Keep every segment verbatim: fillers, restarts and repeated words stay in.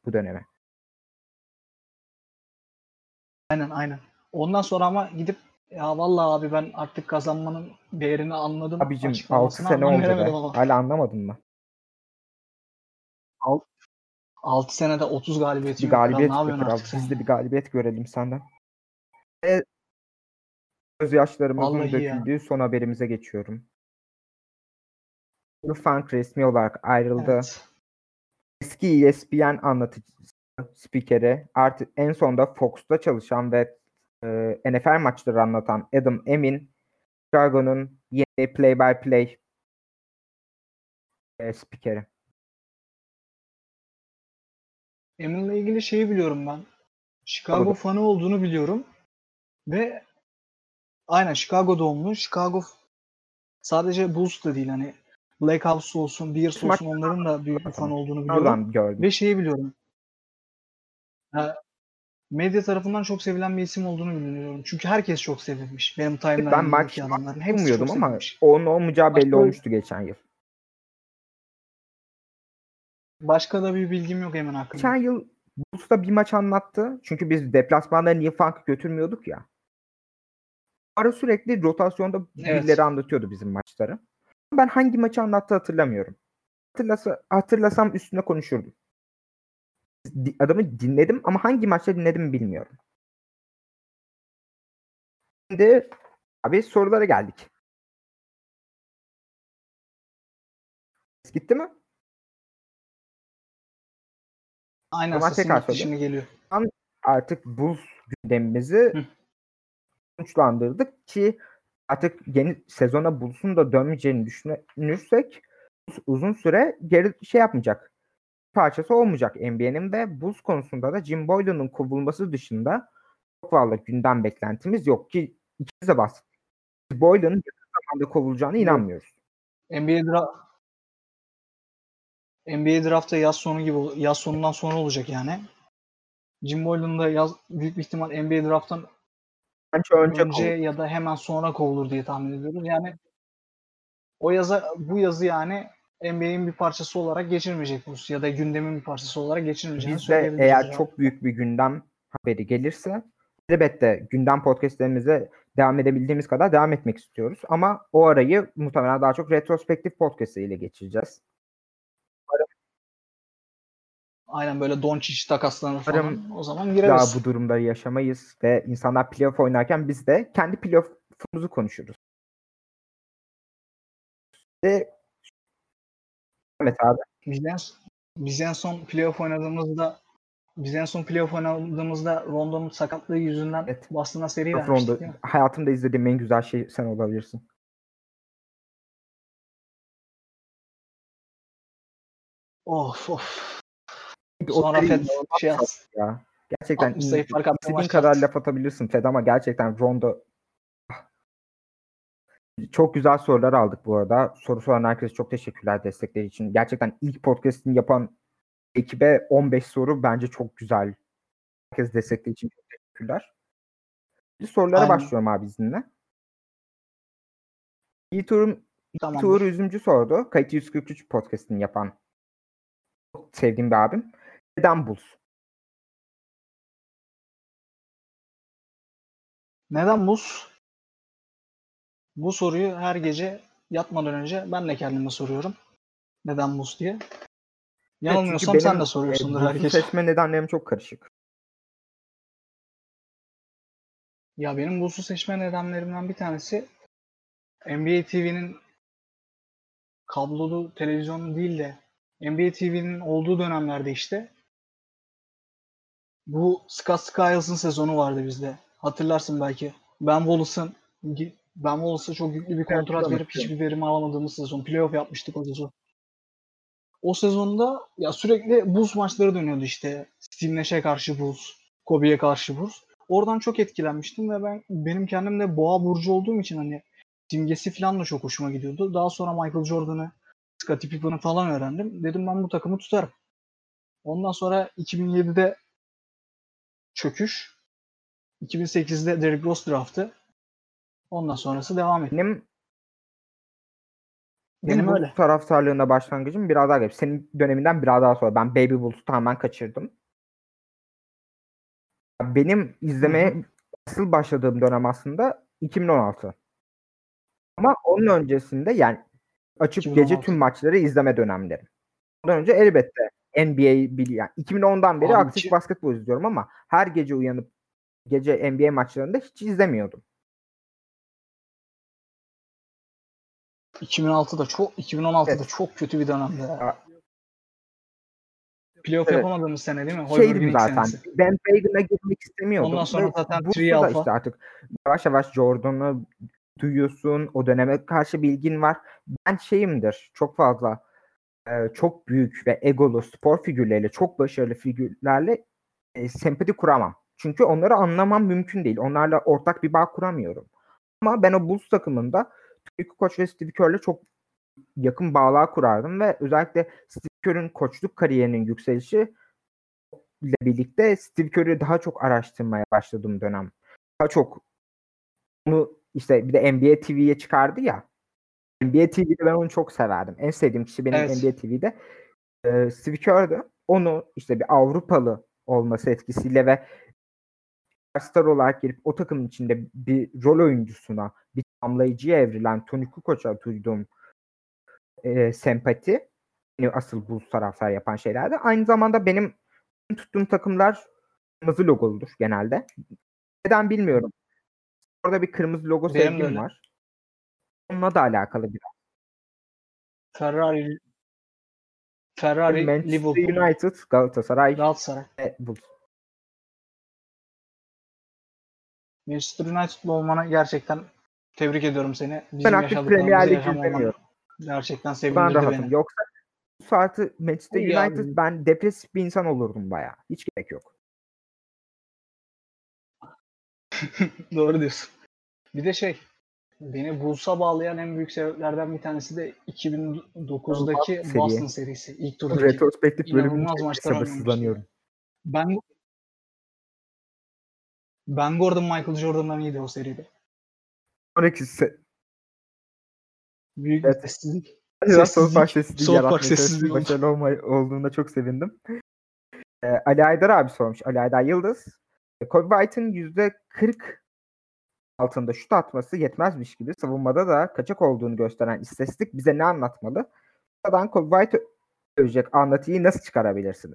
bu döneme. Aynen aynen. Ondan sonra ama gidip ya vallahi abi ben artık kazanmanın değerini anladım Abicim altı açıklamasına sene anlam oldu veremedim be. ama. Hala anlamadın mı? altı senede otuz galibiyetin Bir yok kral. Ne galibiyet be yapıyorsun kral. artık sen Biz de ya? bir galibiyet görelim senden. Ve gözyaşlarımızın Vallahi ya. döküldüğü son haberimize geçiyorum. Funk resmi olarak ayrıldı. Evet. Eski E S P N anlatıcısı, spikeri, artık en sonunda Fox'ta çalışan ve e, N F L maçları anlatan Adam Emin, Chicago'nun yeni play-by-play e, spikeri. Emin'le ilgili şeyi biliyorum ben. Chicago Chicago'da. fanı olduğunu biliyorum. Ve aynen Chicago doğumlu. Chicago sadece Bulls da değil hani Black Hawks olsun, Bears Maç olsun onların da büyük bir fan zaten. olduğunu biliyorum. Oradan gördüm. Ve şeyi biliyorum. Ha, medya tarafından çok sevilen bir isim olduğunu biliyorum. Çünkü herkes çok sevilmiş. Benim Ben Mark timeline'ımdaki Schwartz adamların hepsi çok bulmuyordum ama sevilmiş. onun olmayacağı belli Başka, olmuştu geçen yıl. başka da bir bilgim yok Emin hakkında. Geçen yıl Bulls'ta bir maç anlattı. Çünkü biz deplasmanda Neil Funk'ı götürmüyorduk ya. Ara sürekli rotasyonda birileri Evet. anlatıyordu bizim maçları. Ben hangi maçı anlattı hatırlamıyorum. Hatırlasa, hatırlasam üstüne konuşurdum. Di- Adamı dinledim ama hangi maçta dinledim bilmiyorum. Şimdi abi sorulara geldik. Gitti mi? Aynen Normal sesin tekrar gitti söyleyeyim. şimdi geliyor. An artık Bulls gündemimizi Hı. sonuçlandırdık ki artık yeni sezona Bulls'un da dönmeyeceğini düşünürsek uzun süre geri şey yapmayacak. Parçası olmayacak N B A'nin ve Bulls konusunda da Jim Boylan'ın kovulması dışında çok fazla gündem beklentimiz yok ki ikimiz de bahsettik. Boylan'ın yakın zamanda kovulacağına Yok. inanmıyoruz. N B A draft N B A draft'ta yaz sonu gibi yaz sonundan sonra olacak yani. Jim Boylan da yaz büyük bir ihtimal N B A draft'tan Bence önce önce kovulur. ya da hemen sonra kovulur diye tahmin ediyoruz. Yani o yaza bu yazı yani N B A'in bir parçası olarak geçirmeyecek bu ya da gündemin bir parçası olarak geçirmeyeceğini Biz de söyleyebiliriz eğer rahat. çok büyük bir gündem haberi gelirse elbette gündem podcastlerimize devam edebildiğimiz kadar devam etmek istiyoruz. Ama o arayı muhtemelen daha çok retrospektif podcast ile geçireceğiz. Aynen böyle Doncic takaslanır Umarım falan. O zaman daha gireriz. bu durumları yaşamayız ve insanlar playoff oynarken biz de kendi playoff'umuzu konuşuruz. Ve evet abi. Biz en, biz en son playoff oynadığımızda biz en son playoff oynadığımızda Rondo'nun sakatlığı yüzünden Evet. Boston'a seri Rondo, vermiştik değil mi? hayatımda izlediğim en güzel şey sen olabilirsin. Of of. O Sonra seri Fed inanılmaz şey tatlı yaz. ya. Gerçekten altmış sayı in- fark attı istediğin maç kadar yaptı. laf atabilirsin Fed ama gerçekten Rondo çok güzel sorular aldık bu arada. Soru soran herkese çok teşekkürler destekleri için. Gerçekten ilk podcast'ini yapan ekibe on beş soru bence çok güzel. Herkes destekleri için çok teşekkürler. Bir sorulara Aynen. başlıyorum abi izinle. Yiğit Uğur, Yiğit Uğur Tamamdır. Üzümcü sordu. Kayıt yüz kırk üç podcast'ini yapan çok sevdiğim bir abim. Neden Bulls? Neden buz? Bu soruyu her gece yatmadan önce ben de kendime soruyorum. Neden buz diye. Evet, çünkü Yanılmıyorsam sen de benim e, soruyorsundur her Bulls'u gece. seçme nedenlerim çok karışık. Ya benim buz'u seçme nedenlerimden bir tanesi N B A T V'nin kablolu televizyon değil de N B A T V'nin olduğu dönemlerde işte bu Scott Skiles'ın sezonu vardı bizde. Hatırlarsın belki. Ben Wallace'ın Ben Wallace'a çok yüklü bir Evet, kontrat hatırlıyorum, verip hatırlıyorum. hiçbir verim alamadığımız sezon. Playoff yapmıştık o sezon. O sezonda ya sürekli Bulls maçları dönüyordu işte. Steve Nash'e karşı Bulls, Kobe'ye karşı Bulls. Oradan çok etkilenmiştim ve ben benim kendim de boğa burcu olduğum için hani simgesi falan da çok hoşuma gidiyordu. Daha sonra Michael Jordan'ı, Scottie Pippen'ı falan öğrendim. Dedim ben bu takımı tutarım. Ondan sonra iki bin yedide çöküş, iki bin sekizde Derrick Rose draftı. Ondan sonrası devam etti. Benim Benim Benim Bulls öyle. taraftarlığına başlangıcım biraz daha garip. Senin döneminden biraz daha sonra. Ben Baby Bulls'u tamamen kaçırdım. Benim izlemeye Hı hı. asıl başladığım dönem aslında iki bin on altı. Ama onun öncesinde yani açıp gece tüm iki bin on altı. maçları izleme dönemleri. Ondan önce elbette N B A biliyor. Yani iki bin ondan beri Abi aktif iki, basketbol izliyorum ama her gece uyanıp gece N B A maçlarında hiç izlemiyordum. iki bin altıda çok iki bin on altıda Evet. çok kötü bir dönemdi ya. Ya, Playoff evet. yapamadığımız sene değil mi? Hoiberg'in Şeydim ilk zaten. senesi. Bandwagon'a girmek Ondan istemiyordum sonra ve zaten Three Bulls'ta da Alpha. işte artık yavaş yavaş Jordan'ı duyuyorsun. O döneme karşı bilgin var. Ben şeyimdir. Çok fazla e, çok büyük ve egolu spor figürleriyle, çok başarılı figürlerle e, sempati kuramam. Çünkü onları anlamam mümkün değil. Onlarla ortak bir bağ kuramıyorum. Ama ben o Bulls takımında Tony Kukoc ve Steve Kerr'le çok yakın bağlar kurardım ve özellikle Steve Kerr'ün koçluk kariyerinin yükselişi ile birlikte Steve Kerr'ü daha çok araştırmaya başladığım dönem. Daha çok onu işte bir de N B A T V'ye çıkardı ya. N B A T V'de ben onu çok severdim. En sevdiğim kişi benim Evet. N B A T V'de e, Steve Kerr'dü. Onu işte bir Avrupalı olması etkisiyle ve star olarak gelip o takımın içinde bir rol oyuncusuna, bir tamamlayıcıya evrilen Tony Kukoc'a duyduğum e, sempati beni asıl Bulls taraftar yapan şeylerdi. Aynı zamanda benim tuttuğum takımlar kırmızı logoludur genelde. Neden bilmiyorum. Orada bir kırmızı logo Benim de sevgim öyle. var. Onunla da alakalı biraz. Ferrari Ferrari, Manchester Liverpool, United, Galatasaray Galatasaray. ve Bulls. Manchester United'lı olmana gerçekten tebrik ediyorum seni. Ben Bizim aktif yaşadıklarımızı Premier Lig yaşam olman izlemiyorum. gerçekten Ben sevindirdi rahatım. beni. Yoksa bu saati Manchester İyi United abi. ben depresif bir insan olurdum bayağı. Hiç gerek yok. Doğru diyorsun. Bir de şey, beni Bulls'a bağlayan en büyük sebeplerden bir tanesi de İnanılmaz iki bin dokuzdaki bir Boston seri. serisi. İlk turdaki. Retrospektif bölümünü İnanılmaz çekmeye maçlar oynamıştı ya. sabırsızlanıyorum. Ben, Ben Gordon Michael Jordan'dan iyiydi o seride. Sonraki se- Büyük bir evet. sessizlik. Biraz South Park Sessizlik. sessizliği South Park yaratmaya sessizliği çalıştım. oldu. Başarılı olma, olduğunda çok sevindim. Ee, Ali Aydar abi sormuş. Ali Aydar Yıldız. Kobe White'ın yüzde kırk altında şut atması yetmezmiş gibi savunmada da kaçak olduğunu gösteren istatistik bize ne anlatmalı? Buradan Kobe White övecek anlatıyı nasıl çıkarabilirsiniz?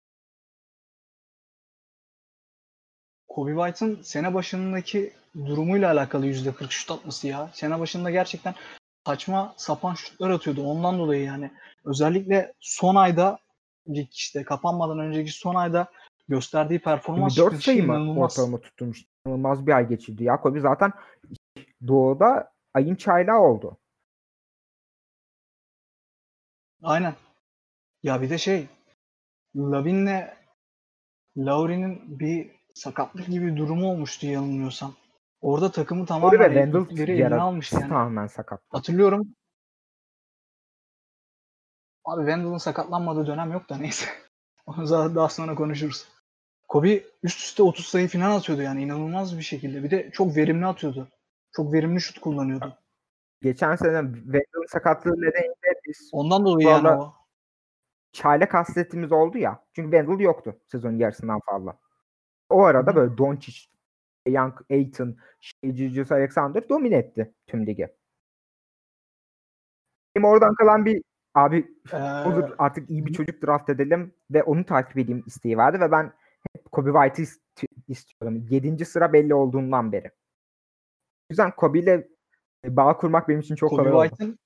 Kobe White'ın sene başındaki durumuyla alakalı yüzde kırk şut atması ya. Sene başında gerçekten saçma sapan şutlar atıyordu. Ondan dolayı yani. Özellikle son ayda, ilk işte kapanmadan önceki son ayda gösterdiği performans yirmi dört çıkışı sayı mı inanılmaz. ortalama tutturmuş? İnanılmaz bir ay geçirdi. Ya Kobe zaten doğuda ayın çaylağı oldu. Aynen. Ya bir de şey, Lavin'le Lowry'nin bir sakatlık gibi bir durumu olmuştu yanılmıyorsam. Orada takımı Kobe ve tamamen Wendell ipleri bir eline ara almıştı yani. tamamen sakattı. Hatırlıyorum. Abi Wendell'ın sakatlanmadığı dönem yok da neyse. Onu daha, daha sonra konuşuruz. Kobe üst üste otuz sayı falan atıyordu yani inanılmaz bir şekilde. Bir de çok verimli atıyordu. Çok verimli şut kullanıyordu. Geçen sene Wendell'ın sakatlığı nedeniyle biz Ondan dolayı yani valla o. çaylak hasretimiz oldu ya. Çünkü Wendell yoktu sezonun yarısından fazla. O Hı arada hı. böyle Doncic, Young, Ayton, Gilgeous Alexander domine etti tüm ligi. Benim oradan kalan bir abi olur Ee, artık iyi bir çocuk draft edelim ve onu takip edeyim isteği vardı ve ben hep Kobe White'ı ist- istiyorum. Yedinci sıra belli olduğundan beri. O yüzden Kobe ile bağ kurmak benim için çok Kobe kolay oldu. White'ın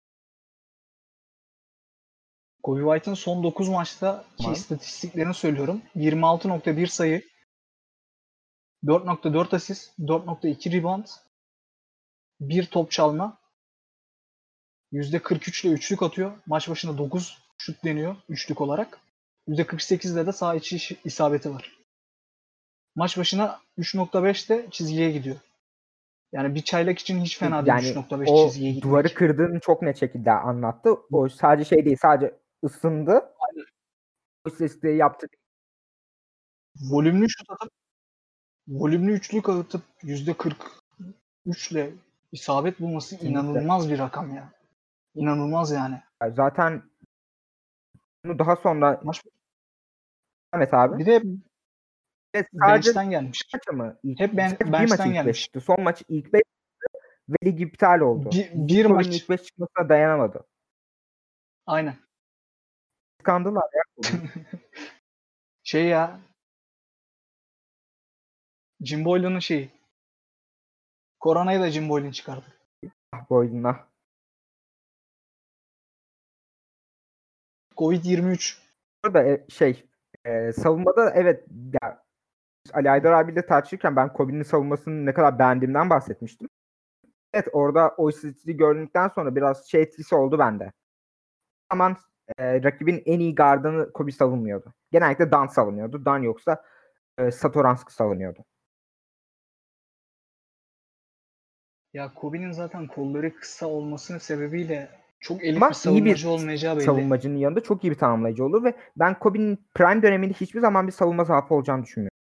Kobe White'ın son dokuz maçtaki Tamam. istatistiklerini söylüyorum. yirmi altı nokta bir sayı, dört nokta dört asist, dört nokta iki rebound, bir top çalma, yüzde kırk üç ile üçlük atıyor. Maç başına dokuz şut deniyor üçlük olarak. yüzde kırk sekizde de sağ içi isabeti var. Maç başına üç nokta beş de çizgiye gidiyor. Yani bir çaylak için hiç fena değil Yani üç nokta beş o çizgiye duvarı gitmek. kırdığını çok net şekilde anlattı. O sadece şey değil, sadece ısındı. O istatistiği yaptı. Volümlü şut atıp volümlü üçlük atıp yüzde kırk üç ile isabet bulması Kesinlikle. inanılmaz bir rakam ya. İnanılmaz yani. Yani zaten bunu daha sonra Maç Ahmet abi. bir de Ve sadece bench'ten gelmiş. maç mı? İlk, Hep ben, sadece bir maçı bench'ten ilk beş gelmiş. çıktı. Son maçı ilk beş ve lig iptal oldu. Bir, bir Kobe'nin maç. ilk beş çıkmasına dayanamadı. Aynen. Kıskandılar ya Kobe'yi. Şey ya. Jim Boylan'ın şeyi. Koronayı da Jim Boylan çıkardı. Ah boynuna. Covid yirmi üç. Burada e, şey e, savunmada evet ya, Ali Aydar abiyle tartışırken ben Kobe'nin savunmasını ne kadar beğendiğimden bahsetmiştim. Evet orada o istatistiği gördükten sonra biraz şey etkisi oldu bende. O zaman e, rakibin en iyi gardını Kobe savunmuyordu. Genellikle Dan savunuyordu. Dan yoksa e, Satoranski savunuyordu. Ya Kobe'nin zaten kolları kısa olmasının sebebiyle çok elit bir Ama iyi bir savunmacı olmayacağı belli. savunmacının yanında çok iyi bir tamamlayıcı olur ve ben Kobe'nin prime döneminde hiçbir zaman bir savunma zaafı olacağını düşünmüyorum.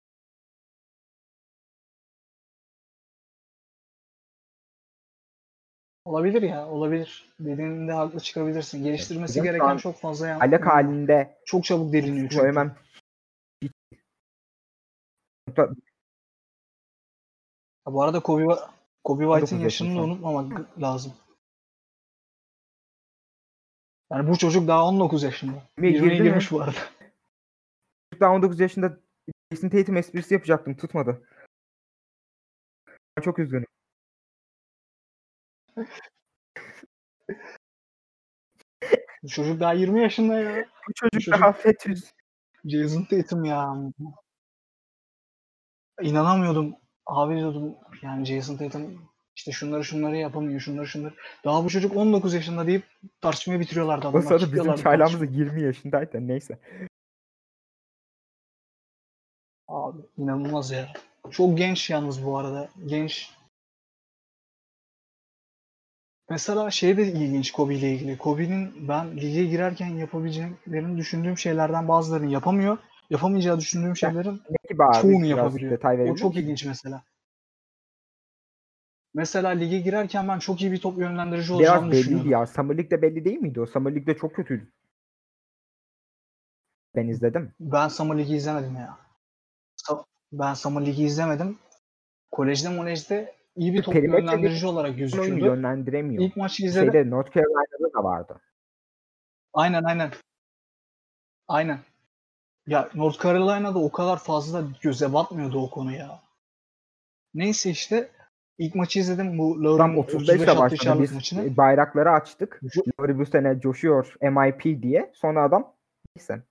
Olabilir ya, olabilir. Dediğinde haklı çıkabilirsin. Geliştirmesi Bizim şu gereken an çok fazla yan aylak yan var. halinde Çok çabuk deliniyor çünkü. söylemem hiç. Ya bu arada Kobe, Kobe on White'in dokuz yaşında yaşını da şu an. unutmamak lazım. Yani bu çocuk daha on dokuz yaşında. yirmiye yirmiye girdi girmiş mi? bu arada. Daha on dokuz yaşında Jason Tatum esprisi yapacaktım. Tutmadı. Ben çok üzgünüm. Bu çocuk daha yirmi yaşında ya. Bu çocuk, Bu çocuk daha fetüs. Jason Tatum ya. İnanamıyordum. Abi diyordum yani Jason Tatum işte şunları şunları yapamıyor, şunları şunları. Daha bu çocuk on dokuz yaşında deyip tartışmayı bitiriyorlardı O adamlar. sırada bizim Kilitliyorlardı çaylağımız da tartışmayı. yirmi yaşındaydı. Neyse. Abi inanılmaz ya. Çok genç yalnız bu arada. Genç. Mesela şey de ilginç Kobe ile ilgili. Kobe'nin ben lige girerken yapabileceğini düşündüğüm şeylerden bazılarını yapamıyor. Yapamayacağı düşündüğüm Yani, şeylerin ne gibi abi? çoğunu Biraz yapabiliyor. detay O verebilir çok misin? ilginç mesela. Mesela lige girerken ben çok iyi bir top yönlendirici olacağını Biraz belliydi düşünüyordum. ya. Summer League'de belli değil miydi o? Summer League'de çok kötüydü. Ben izledim. Ben Summer League'i izlemedim ya. Sa- Ben Summer League'i izlemedim. Kolejde molejde iyi bir top Perimetre yönlendirici olarak oyunu gözüküyordu. yönlendiremiyor. İlk maçı izledim. Şeyde North Carolina'da da vardı. Aynen aynen. Aynen. Ya North Carolina'da o kadar fazla göze batmıyordu o konu ya. Neyse işte ilk maçı izledim. Bu Tam Lowry'nin otuz otuz beş beşle attığı başladı. Charlotte Biz maçını. e, bayrakları açtık. Jo- Lowry bu sene coşuyor M I P diye. Sonra adam neyse.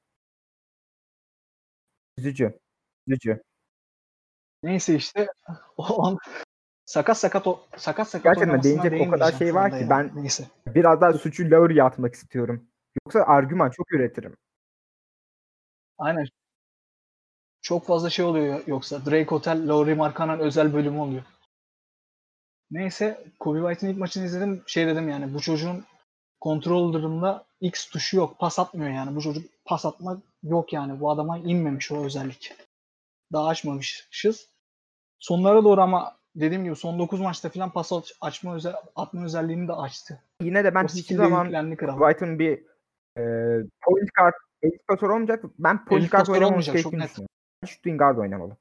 Üzücü. Üzücü. Neyse işte o an sakat sakat o sakat sakat Gerçekten oynamasına değinecek o kadar değinmeyeceğim şey şu var anda ki ya. ben Neyse. biraz daha suçu Lowry'ye atmak istiyorum. Yoksa argüman çok üretirim. Aynen. Çok fazla şey oluyor yoksa. Drake Hotel, Lowry Markkanen özel bölümü oluyor. Neyse Kobe White'in ilk maçını izledim. Şey dedim yani bu çocuğun controller'ında X tuşu yok. Pas atmıyor yani. Bu çocuk pas atmak yok yani. Bu adama inmemiş o özellik. Daha açmamışız. Sonlara doğru ama dediğim gibi son dokuz maçta falan pas açma özel, atma özelliğini de açtı. Yine de ben O hiçbir skill'de zaman yüklendi kral. White'ın bir e, point guard editör olmayacak. Ben point Elit guard pasör oynamaması olmayacak çok gerektiğini net. düşünüyorum. Shooting guard oynamalı.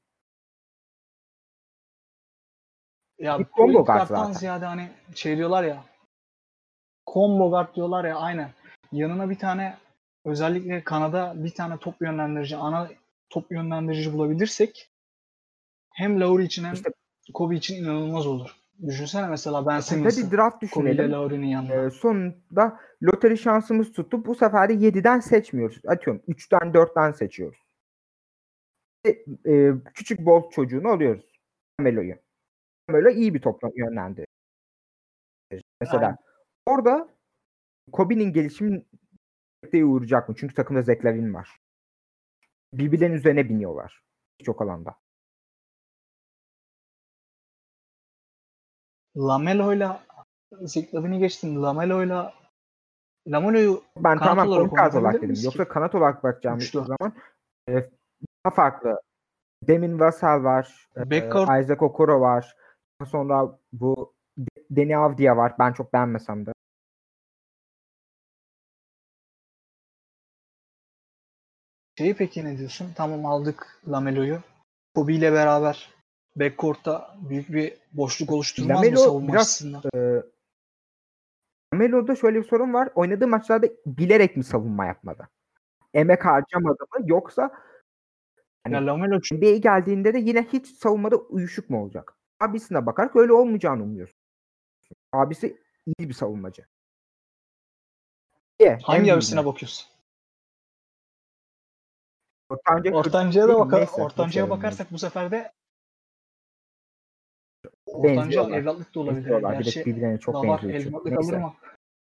Ya Bir combo point guard guard'tan zaten. ziyade hani şey diyorlar ya combo guard diyorlar ya aynen. Yanına bir tane özellikle Kanada bir tane top yönlendirici, ana top yönlendirici bulabilirsek hem Lowry için hem İşte Kobe için inanılmaz olur. Düşünsene mesela Ben hadi Simmons'ı draft Kobe ile düşünelim. Lowry'nin yanına. E, sonunda loteri şansımız tuttu. Bu sefer de yediden seçmiyoruz. Atıyorum üçten dörtten seçiyoruz. E, e, küçük bol çocuğunu alıyoruz. Melo'yu. Melo iyi bir topla yönlendirir. Mesela Aynen. orada Kobe'nin gelişimi sekteye uğrayacak mı? Çünkü takımda Zach Lavine var. Birbirlerinin üzerine biniyorlar. Çok alanda. Lamelo'yla Zach Lavine'i geçtim. Lamelo'yla Lamelo'yu Ben kanat tamamen olarak point guard oynatabilir olarak dedim. miyiz ki? Yoksa kanat olarak bakacağımız Üçlü. zaman e, daha farklı. Demin Vassell var. E, Backcourt Isaac Okoro var. Sonra bu Deni Avdia var. Ben çok beğenmesem de. Şeyi peki ne diyorsun? Tamam, aldık Lamelo'yu. Kobe ile beraber backcourt'ta büyük bir boşluk oluşturmaz mı Lamelo savunma biraz açısından? e, Lamelo'da şöyle bir sorun var. Oynadığı maçlarda bilerek mi savunma yapmadı? Emek harcamadı mı? Yoksa Ya hani Lamelo N B A'ye geldiğinde de yine hiç savunmada uyuşuk mu olacak? Abisine bakarak öyle olmayacağını umuyorsun. Abisi iyi bir savunmacı. Niye? En hangi büyüğü abisine mü? bakıyorsun? Ortanca Ortanca'ya değil da mi? baka Neyse. Boş Ortanca'ya verelim onu. bakarsak bu sefer de Ortanca Benziyorlar. evlatlık da olabilir. Benziyorlar. Bir de Gerçi birbirlerine çok Davar benziyor üçü. evlatlık alır Neyse. mı?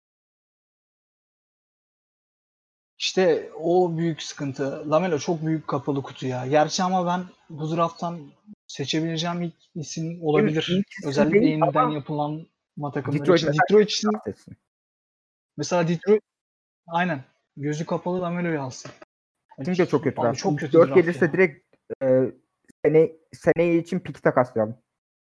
İşte o büyük sıkıntı. Lamelo çok büyük kapalı kutu ya. Gerçi ama ben bu drafttan seçebileceğim ilk isim Benim olabilir. ilk isim Özellikle değil yeniden ama yapılan takımları Detroit için. mesela Detroit için draft etsin. mesela Detroit aynen gözü kapalı Lamelo'yu alsın. Kesinlikle çok kötü Abi draft. çok İlk kötü dört draft gelirse ya. direkt e, sene, seneye için pik takaslayalım.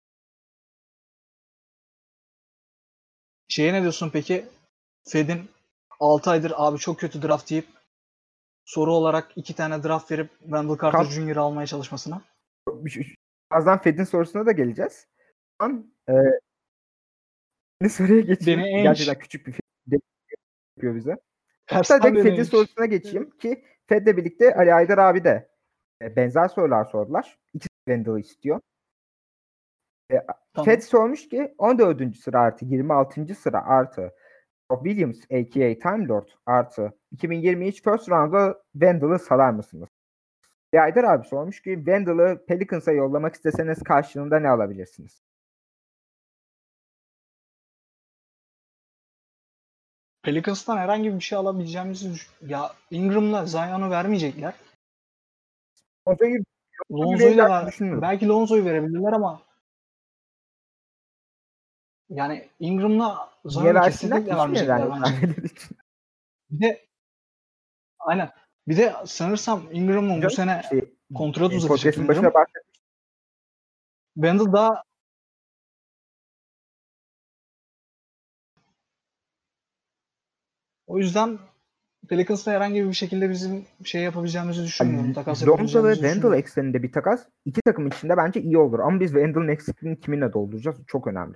Şeye ne diyorsun peki? Fed'in altı aydır abi çok kötü draft deyip soru olarak iki tane draft verip Wendell Carter Kal, Junior'ı almaya çalışmasına. Birazdan Fed'in sorusuna da geleceğiz. Şu an e, yeni soruya geçeyim. Danny Ainge. Gerçekten küçük bir Fed yapıyor bize. Hatta Tersten direkt Danny Fed'in Ainge. sorusuna geçeyim ki Fed'le birlikte Ali Aydar abi de e, benzer sorular sordular. İkisi Wendell'ı istiyor. E, Fed Tamam. sormuş ki on dördüncü sıra artı yirmi altıncı sıra artı Rob Williams a k a. Time Lord artı iki bin yirmi üç First Round'a Wendell'ı salar mısınız? Haydar abi sormuş ki Wendell'ı Pelicans'a yollamak isteseniz karşılığında ne alabilirsiniz? Pelicans'tan herhangi bir şey alabileceğimizi düş- ya Ingram'la Zion'u vermeyecekler. Lonzo'yu Lonzo'yu da verirler ver, düşünmüyorum. belki Lonzo'yu verebilirler ama yani Ingram'la Niye Zion'u versinler ki? kesinlikle Hiç mi neden vermeyecekler yok bence. vermeleri için? Bir de aynen. Bir de sanırsam Ingram'ın bu Canım, sene işte kontrat e, uzatacak podcast'ın Ingram. başına bahsetmiştim. Wendell daha o yüzden Pelicans'la herhangi bir şekilde bizim şey yapabileceğimizi düşünmüyorum. Takas Lonzo ve yapabileceğimizi Wendell düşünmüyorum. ekseninde bir takas iki takım içinde bence iyi olur. Ama biz Wendell'ın eksikliğini kiminle dolduracağız? Çok önemli.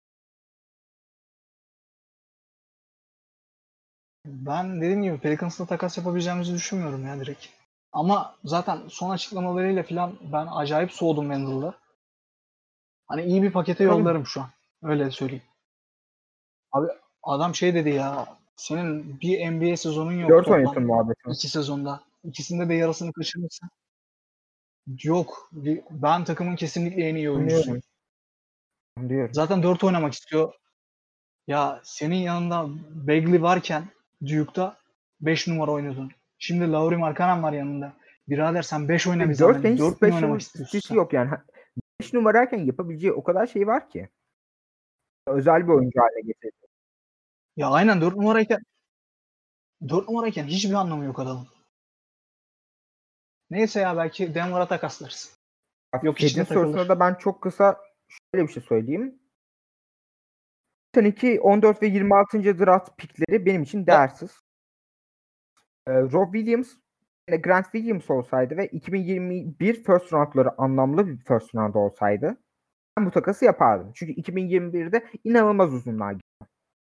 Ben dediğim gibi Pelicans'la takas yapabileceğimizi düşünmüyorum ya direkt. Ama zaten son açıklamalarıyla falan ben acayip soğudum Wendell'da. Hani iyi bir pakete Bakalım. yollarım şu an. Öyle söyleyeyim. Abi adam şey dedi ya, senin bir N B A sezonun yok Dört toplam. oynatın muhabbetini. iki sezonda. İkisinde de yarısını kaçırmışsın. Yok. Ben takımın kesinlikle en iyi oyuncusuyum. Anlıyorum. Anlıyorum. Zaten dört oynamak istiyor. Ya senin yanında Bagley varken Duke'da beş numara oynuyordun. Şimdi Lauri Markkanen var yanında. Birader sen beş oyna bir Dörtte zahmet. hiç dört niye oynamak istiyorsun specialistisi sen? yok yani. beş numarayken yapabileceği o kadar şey var ki. Özel bir oyuncu haline getirdi. Ya aynen dört numarayken dört numarayken hiçbir anlamı yok adamın. Neyse ya belki Denver'a takaslarız. Yok Fed'in içine sorusuna takılır. da ben çok kısa şöyle bir şey söyleyeyim. Seneki on dört ve yirmi altıncı draft pikleri benim için Ya, değersiz. Ee, Rob Williams yani Grant Williams olsaydı ve iki bin yirmi bir first roundları anlamlı bir first round olsaydı ben bu takası yapardım. Çünkü iki bin yirmi birde inanılmaz uzunlar gitti.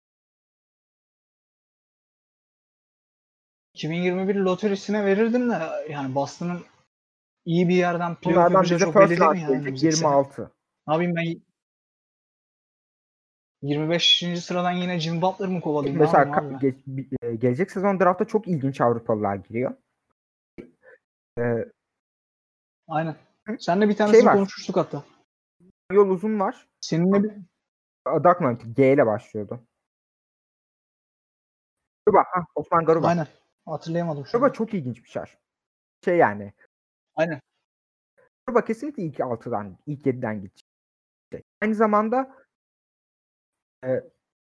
iki bin yirmi bir loterisine verirdim de yani Boston'ın iyi bir yerden playoff Bunlardan yapacağı bize çok first belli değil round mi ya gelecek önümüzdeki yirmi sene? altı. Ne yapayım ben yirmi beşinci sıradan yine Jimmy Butler mı kovalayayım? Ne Mesela yapayım ka- abi ben? ge- bi- e, gelecek sezon draftta çok ilginç Avrupalılar giriyor. Ee, Aynen. hı? Seninle bir Şey tanesini var. konuşmuştuk hatta. Yol uzun var. Seninle bir... Adakma G ile başlıyordu. Garuba. Ha, Osman Garuba. Aynen. Hatırlayamadım şu Garuba an. çok ilginç bir şar. Şey yani. Aynen. Garuba kesinlikle ilk altıdan, ilk yediden gidecek. Aynı zamanda e,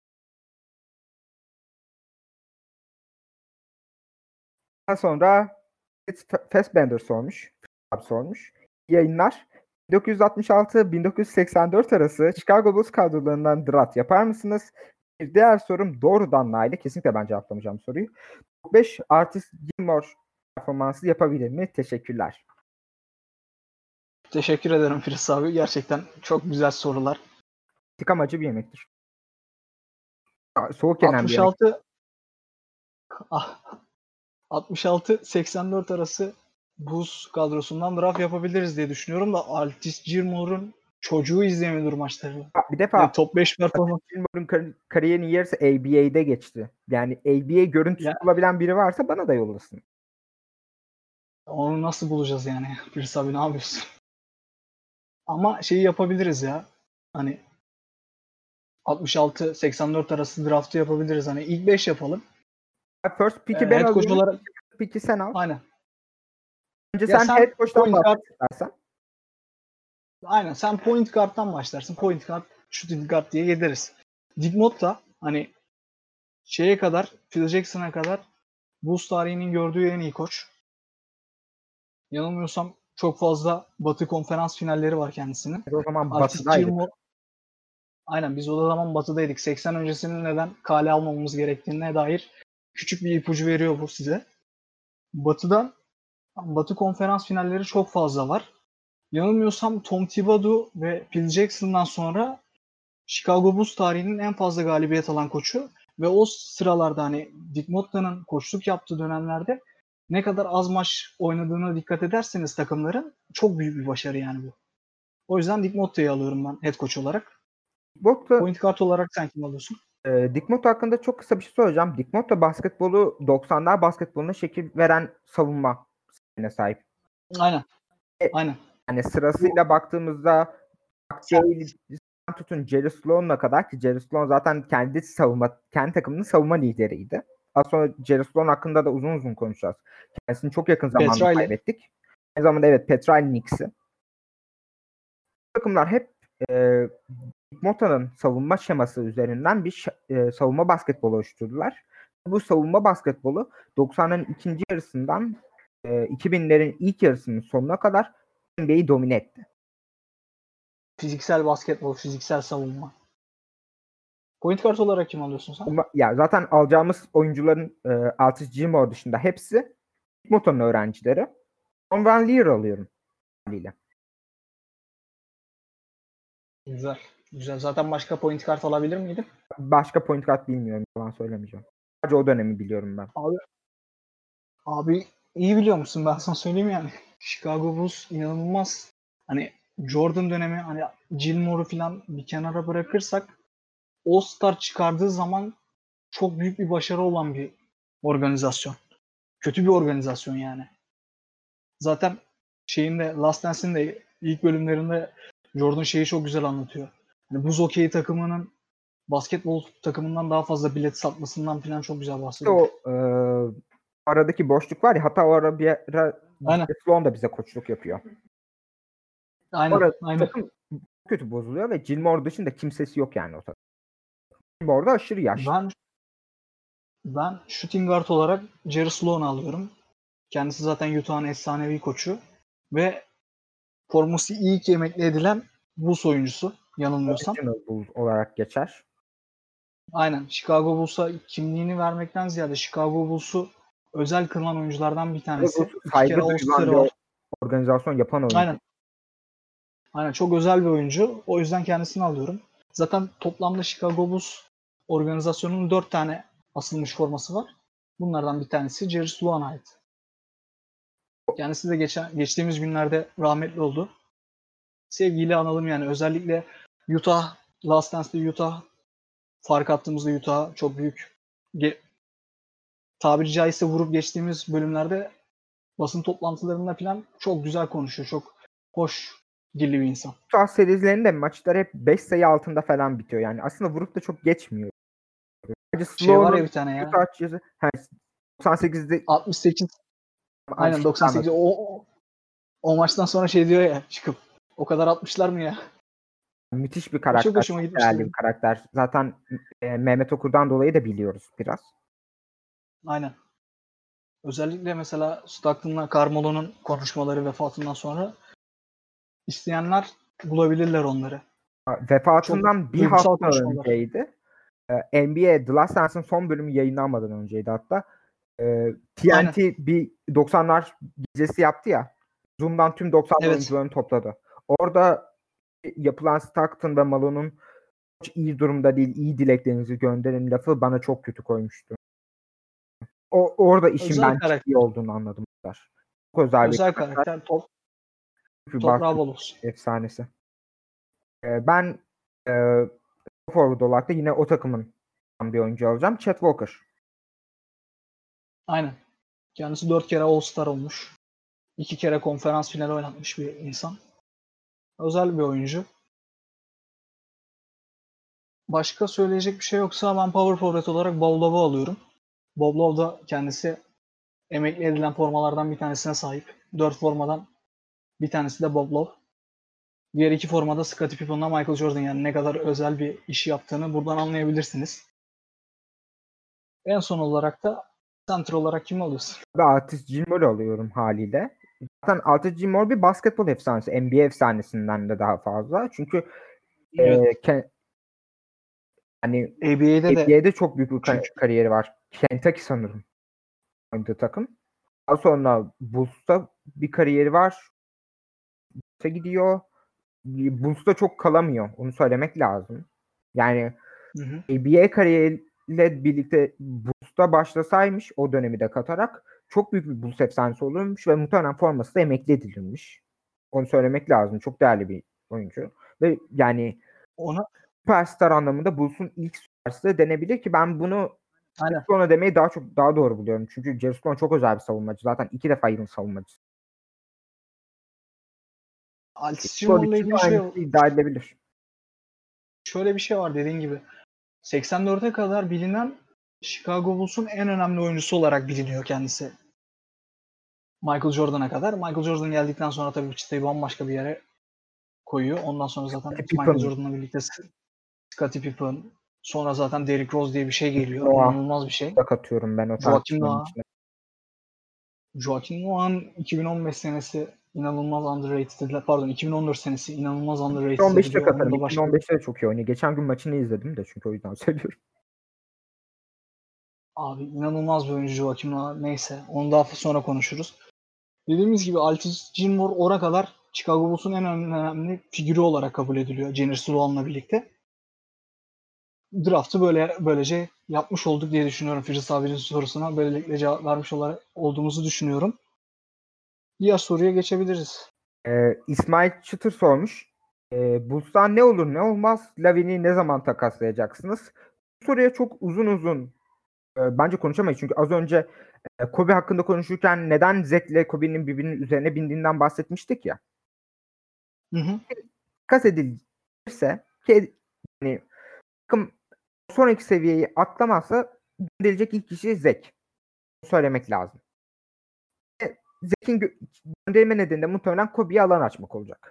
daha sonra Fassbender sormuş. Abi sormuş. İyi yayınlar. bin dokuz yüz altmış altı bin dokuz yüz seksen dört arası Chicago Bulls kadrolarından draft yapar mısınız? Bir diğer sorum doğrudan Nail'e. Kesinlikle ben cevaplamayacağım soruyu. beş Artis Gilmore performansı yapabilir mi? Teşekkürler. Teşekkür ederim Firas abi. Gerçekten çok güzel sorular. İntikam acı bir yemektir. Soğuk yenen bir yemek. altmış altı ah, altmış altı seksen dört arası buz kadrosundan draft yapabiliriz diye düşünüyorum da Altis Gilmore'un çocuğu izlemiyordur maçlarını. Bir Ve defa top beş performans. Gilmore'un kar- kariyerinin yarısı A B A'de geçti. Yani A B A görüntüsü Ya, bulabilen biri varsa bana da yollasın. onu nasıl bulacağız yani? Firas abi ne yapıyorsun? Ama şeyi yapabiliriz ya. Hani altmış altı seksen dört arası draftı yapabiliriz. Hani ilk beş yapalım. First pick'i Ee, ben head coach alıyorum. olarak Pick'i sen al. aynen. Önce Ya sen sen head coach'tan point guard, bahset istersen. aynen sen point guard'tan başlarsın. Point guard, shooting guard diye gideriz. Digmot da hani şeye kadar, Phil Jackson'a kadar Bulls tarihinin gördüğü en iyi koç. Yanılmıyorsam çok fazla Batı konferans finalleri var kendisinin. Biz o zaman Altis batıdaydık. Gilmore, aynen biz o zaman batıdaydık. seksen öncesinin neden kale almamamız gerektiğine dair küçük bir ipucu veriyor bu size. Batı'dan Batı konferans finalleri çok fazla var. Yanılmıyorsam Tom Thibodeau ve Phil Jackson'dan sonra Chicago Bulls tarihinin en fazla galibiyet alan koçu ve o sıralarda hani Dick Motta'nın koçluk yaptığı dönemlerde ne kadar az maç oynadığına dikkat ederseniz takımların çok büyük bir başarı yani bu. O yüzden Dick Motta'yı alıyorum ben head coach olarak. Motta, Point guard olarak sen kim alıyorsun? e, Dick Motta hakkında çok kısa bir şey söyleyeceğim. Dick Motta basketbolu doksanlar basketboluna şekil veren savunma stiline sahip. Aynen. Aynen. Yani sırasıyla baktığımızda Daly'den tutun Jerry Sloan'a kadar ki Jerry Sloan zaten kendi savunma, kendi takımının savunma lideriydi. Az sonra Jerry Sloan hakkında da uzun uzun konuşacağız. Kendisini çok yakın zamanda Petra ile. kaybettik. Aynı zamanda evet Petra ile Knicks'i. Takımlar hep e, Mota'nın savunma şeması üzerinden bir e, savunma basketbolu oluşturdular. Bu savunma basketbolu doksanların ikinci yarısından e, iki binlerin ilk yarısının sonuna kadar N B A'yi domine etti. Fiziksel basketbol, fiziksel savunma. Point guard olarak kim alıyorsun sen? Ama, ya zaten alacağımız oyuncuların e, Altis Gilmore dışında hepsi Mota'nın öğrencileri. Tom Van Leer alıyorum. Haliyle. Güzel. Güzel. Zaten başka point guard alabilir miydim? Başka point guard bilmiyorum. Falan söylemeyeceğim. Sadece o dönemi biliyorum ben. Abi, abi iyi biliyor musun? Ben sana söyleyeyim yani. Chicago Bulls inanılmaz. Hani Jordan dönemi, hani Gilmore'u falan bir kenara bırakırsak All-Star çıkardığı zaman çok büyük bir başarı olan bir organizasyon. Kötü bir organizasyon yani. Zaten şeyin de Last Dance'in de ilk bölümlerinde Jordan şeyi çok güzel anlatıyor. Yani buz hokeyi takımının basketbol takımından daha fazla bilet satmasından falan çok güzel İşte bahsediyor. o e, aradaki boşluk var ya, hatta o ara bir ara Aynen. Sloan da bize koçluk yapıyor. Aynen. Orada Aynen. takım kötü bozuluyor ve Gilmore dışında kimsesi yok yani o takım. Gilmore da aşırı yaşlı. Ben ben shooting guard olarak Jerry Sloan'ı alıyorum. Kendisi zaten Utah'ın efsanevi koçu ve forması ilk emekli edilen Bulls oyuncusu yanılmıyorsam. Original Bulls olarak geçer. Aynen. Chicago Bulls'a kimliğini vermekten ziyade Chicago Bulls'u özel kılan oyunculardan bir tanesi. Bu İki saygı kere duyulan All-Star'ı bir var. organizasyon yapan oyuncu. Aynen. Aynen. Çok özel bir oyuncu. O yüzden kendisini alıyorum. Zaten toplamda Chicago Bulls organizasyonunun dört tane asılmış forması var. Bunlardan bir tanesi Jerry Sloan'a ait. Kendisi de geçen, geçtiğimiz günlerde rahmetli oldu. Sevgiyle analım yani. Özellikle Utah, Last Dance'de Utah, fark attığımızda Utah çok büyük, ge- tabiri caizse vurup geçtiğimiz bölümlerde basın toplantılarında falan çok güzel konuşuyor. Çok hoş dilli bir insan. Utah serilerinde maçlar hep beş sayı altında falan bitiyor. Yani aslında vurup da çok geçmiyor. Sadece Şey var ya Sloan'un bir tane ya. Utah çizgi doksan sekizde altmış sekiz. Aynen şey doksan sekiz. O, o, o maçtan sonra şey diyor ya çıkıp. O kadar atmışlar mı ya? müthiş bir O çok karakter. hoşuma Çok gitmişti değerli benim. bir karakter. Zaten e, Mehmet Okur'dan dolayı da biliyoruz biraz. Aynen. Özellikle mesela Stockton'la Carmelo'nun konuşmaları vefatından sonra isteyenler bulabilirler onları. Çok Vefatından bir duygusal hafta konuşmalar. önceydi. N B A The Last Dance'ın son bölümü yayınlanmadan önceydi hatta. Ee, T N Aynen. T bir doksanlar gecesi yaptı ya. Zoom'dan tüm doksan Evet. oyuncularını topladı. Orada yapılan Stockton ve Malone'un çok iyi durumda değil, iyi dileklerinizi gönderin lafı bana çok kötü koymuştu. O orada işin Özel ben karakter. ciddi olduğunu anladım. Çok özel bir Özel karakter. karakter. Top, Bir toprağı basket bol olsun. efsanesi. Ee, ben e, forward olarak da yine o takımın bir oyuncu alacağım. Chet Walker. Aynen. Kendisi dört kere All-Star olmuş. iki kere konferans finali oynatmış bir insan. Özel bir oyuncu. Başka söyleyecek bir şey yoksa ben power forward olarak Bob Love'u alıyorum. Bob Love da kendisi emekli edilen formalardan bir tanesine sahip. Dört formadan bir tanesi de Bob Love. Diğer iki formada Scottie Pippen'la Michael Jordan, yani ne kadar özel bir iş yaptığını buradan anlayabilirsiniz. En son olarak da center olarak kim alıyorsun? Ve Artis Gilmore alıyorum haliyle. Zaten Artis Gilmore bir basketbol efsanesi. N B A efsanesinden de daha fazla. Çünkü e, Evet. ke- hani A B A'de de N B A'de çok büyük bir çünkü. kar- kariyeri var. Kentucky sanırım oynadığı takım. Daha sonra Bulls'ta bir kariyeri var. Bulls'a gidiyor. Bulls'ta çok kalamıyor. Onu söylemek lazım. Yani Hı hı. A B A kariyeriyle birlikte Bulls'ta başlasaymış, o dönemi de katarak çok büyük bir Bulls efsanesi olurmuş ve muhtemelen forması da emekli edilirmiş. Onu söylemek lazım. Çok değerli bir oyuncu. Ve yani Ona süperstar anlamında Bulls'un ilk süperstarı denebilir ki ben bunu aynen. Stone demeyi daha çok daha doğru buluyorum. Çünkü Jerry Stone çok özel bir savunmacı. Zaten iki defa yılın savunmacısı. Altis Stone Gilmore'la için de ilgili şey aynısı iddia edilebilir. şöyle bir şey var dediğin gibi. seksen dörde kadar bilinen Chicago Bulls'un en önemli oyuncusu olarak biliniyor kendisi. Michael Jordan'a kadar. Michael Jordan geldikten sonra tabii çıtayı bambaşka bir yere koyuyor. Ondan sonra zaten Michael Pippen, Jordan'la birlikte Scottie Pippen, sonra zaten Derrick Rose diye bir şey geliyor. Noah İnanılmaz bir şey. da katıyorum ben o Joakim tartışmanın Noah. içine. Joakim Noah'ın iki bin on beş senesi inanılmaz underrated edilen, pardon iki bin on dört senesi inanılmaz underrated iki bin on beşte ediliyor. Onun katarım. da başka bir iki bin on beşte de çok iyi oynuyor. Geçen gün maçını izledim de çünkü o yüzden söylüyorum. abi inanılmaz bir oyuncu Joakim Noah. Neyse onu daha sonra konuşuruz. Dediğimiz gibi Altis Gilmore ora kadar Chicago Bulls'un en önemli figürü olarak kabul ediliyor Jenner Sloan'la birlikte. Draft'ı böyle böylece yapmış olduk diye düşünüyorum. Firdevs abinin sorusuna böylelikle cevap vermiş olarak olduğumuzu düşünüyorum. Diğer soruya geçebiliriz. Ee, İsmail Çıtır sormuş. Ee, Bulls'tan ne olur ne olmaz? Lavin'i ne zaman takaslayacaksınız? Bu soruya çok uzun uzun e, bence konuşamayız. Çünkü az önce e, Kobe hakkında konuşurken neden Zek'le Kobe'nin birbirinin üzerine bindiğinden bahsetmiştik ya. Hı hı. Kas edilirse ki yani takım sonraki seviyeyi atlamazsa gönderilecek ilk kişi Zek. Söylemek lazım. E, Zek'in gö- gönderilme nedeni de muhtemelen Kobe'ye alan açmak olacak.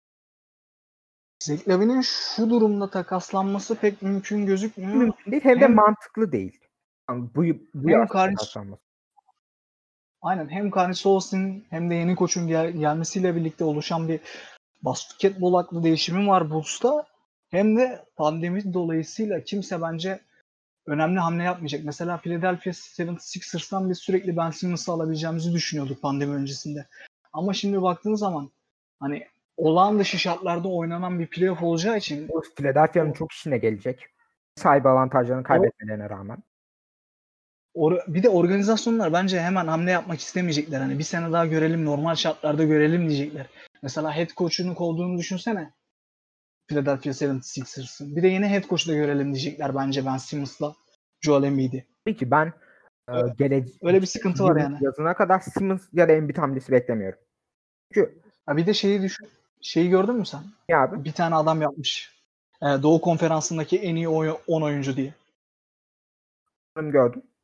Zach Lavin'in şu durumda takaslanması pek mümkün gözükmüyor. Mümkün değil hem de Hem mantıklı değil. Yani bu bu hem yaşta Karis takaslanması. aynen hem Karis Olsen hem de yeni koçun gel- gelmesiyle birlikte oluşan bir basketbol aklı değişimi var Bulls'ta. Hem de pandemi dolayısıyla kimse bence önemli hamle yapmayacak. Mesela Philadelphia yetmiş altı'dan biz sürekli Ben Simmons'ı alabileceğimizi düşünüyorduk pandemi öncesinde. Ama şimdi baktığın zaman hani olağan dışı şartlarda oynanan bir playoff olacağı için Bu Philadelphia'nın o, çok işine gelecek. Sahibi avantajlarını o kaybetmelerine rağmen. or- bir de organizasyonlar bence hemen hamle yapmak istemeyecekler. Hani bir sene daha görelim, normal şartlarda görelim diyecekler. Mesela head coach'unu kovduğunu düşünsene. Philadelphia yetmiş altı'sın. Bir de yeni head coach'u da görelim diyecekler bence Ben Simmons'la Joel Embiid'i. Tabii ki ben e, Ö- gelecek Öyle bir sıkıntı var yılın yani. yazına kadar Simmons ya da Embiid hamlesi beklemiyorum. Çünkü Ha bir de şeyi düşün. Şeyi gördün mü sen? ya abi Bir tane adam yapmış. Ee, Doğu Konferansı'ndaki en iyi on oyuncu diye. gördüm.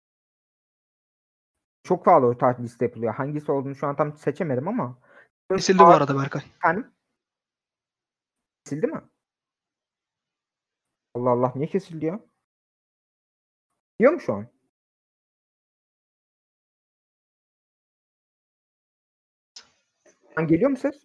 Çok fazla o tarz liste yapılıyor. Hangisi olduğunu şu an tam seçemedim ama Kesildi bu arada Berkay. efendim kesildi mi? Allah Allah niye kesildi ya? Diyor mu şu an? Şu an geliyor mu ses?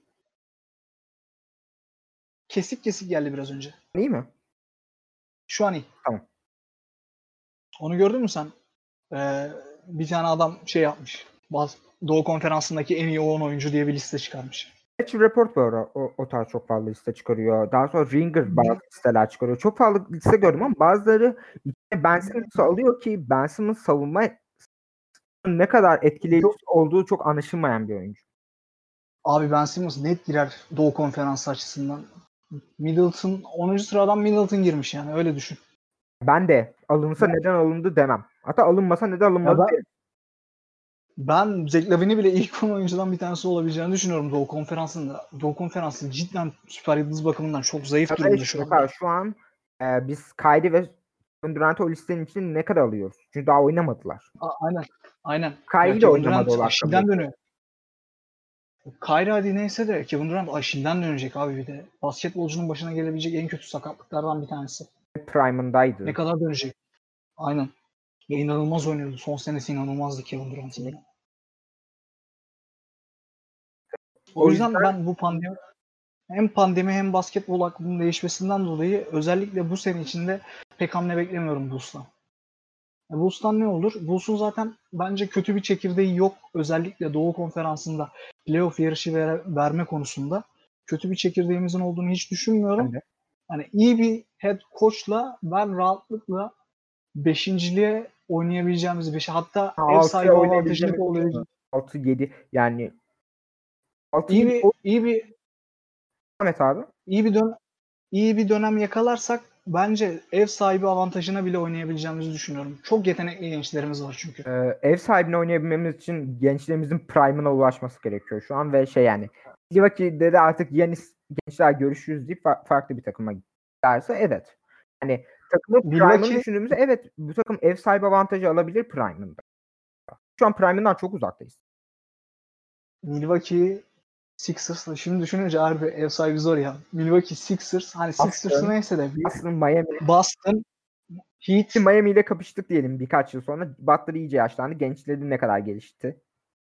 Kesik kesik geldi biraz önce. İyi mi? Şu an iyi. Tamam. Onu gördün mü sen? Ee, bir tane adam şey yapmış. Baz- Doğu Konferansı'ndaki en iyi on oyuncu diye bir liste çıkarmış. Match Report var o, o tarz çok fazla liste çıkarıyor. Daha sonra Ringer bazı listeler çıkarıyor. Çok fazla liste gördüm ama bazıları içine Ben Simmons'ı alıyor ki Ben Simmons savunma ne kadar etkileyici Yok. olduğu çok anlaşılmayan bir oyuncu. Abi Ben Simmons net girer Doğu Konferansı açısından. Middleton onuncu sıradan Middleton girmiş yani öyle düşün. Ben de alınsa Ben- neden alındı demem. Hatta alınmasa neden Ya alınmadı ben, derim. ben Zach Lavine'i bile ilk on oyuncudan bir tanesi olabileceğini düşünüyorum Doğu Konferansı'nda. Doğu Konferansı cidden süper yıldız bakımından çok zayıf Mesela durumda şu, şu mesela anda. şu an e, biz Kyrie ve Kevin Durant'ı o listenin için ne kadar alıyoruz? Çünkü daha oynamadılar. A- aynen. Aynen. Ya Kyrie de Kevin oynamadı Durant o dakika Aşil'den bile. dönüyor. Kyrie hadi neyse de Kevin Durant Aşil'den dönecek abi bir de. Basketbolcunun başına gelebilecek en kötü sakatlıklardan bir tanesi. Ne Prime'ındaydı. kadar dönecek? Aynen. Ya inanılmaz oynuyordu. Son senesi inanılmazdı Kevin Durant'ın. ya. O O yüzden yüzden ben bu pandemi hem pandemi hem basketbol aklının değişmesinden dolayı özellikle bu sene içinde pek hamle beklemiyorum Bulls'tan. Ya Bulls'tan ne olur? Bulls'un zaten bence kötü bir çekirdeği yok. Özellikle Doğu Konferansı'nda playoff yarışı ver- verme konusunda kötü bir çekirdeğimizin olduğunu hiç düşünmüyorum. ben de Hani iyi bir head coach'la ben rahatlıkla beşinciliğe oynayabileceğimiz beş hatta ev altıya sahibi avantajını oynayabileceğimiz kollayabileceğimiz altı yedi yani altı iyi yedi bir iyi bir Ahmet abi. iyi bir dön iyi bir dönem yakalarsak bence ev sahibi avantajına bile oynayabileceğimizi düşünüyorum. Çok yetenekli gençlerimiz var çünkü. Ee, ev sahibine oynayabilmemiz için gençlerimizin prime'ına ulaşması gerekiyor şu an ve şey yani Milwaukee'de de artık yeni gençler görüşürüz deyip fa- farklı bir takıma giderse evet. Yani takımın prime'ını Milwaukee düşündüğümüzde evet bu takım ev sahibi avantajı alabilir prime'ında. Şu an prime'ından çok uzaktayız. Milwaukee Sixers şimdi düşününce harbi ev sahibi zor ya. Milwaukee Sixers hani Sixers'ı Boston, neyse de bir Boston, Miami. Boston Heat Miami ile kapıştık diyelim birkaç yıl sonra. Butler iyice yaşlandı. Gençleri ne kadar gelişti.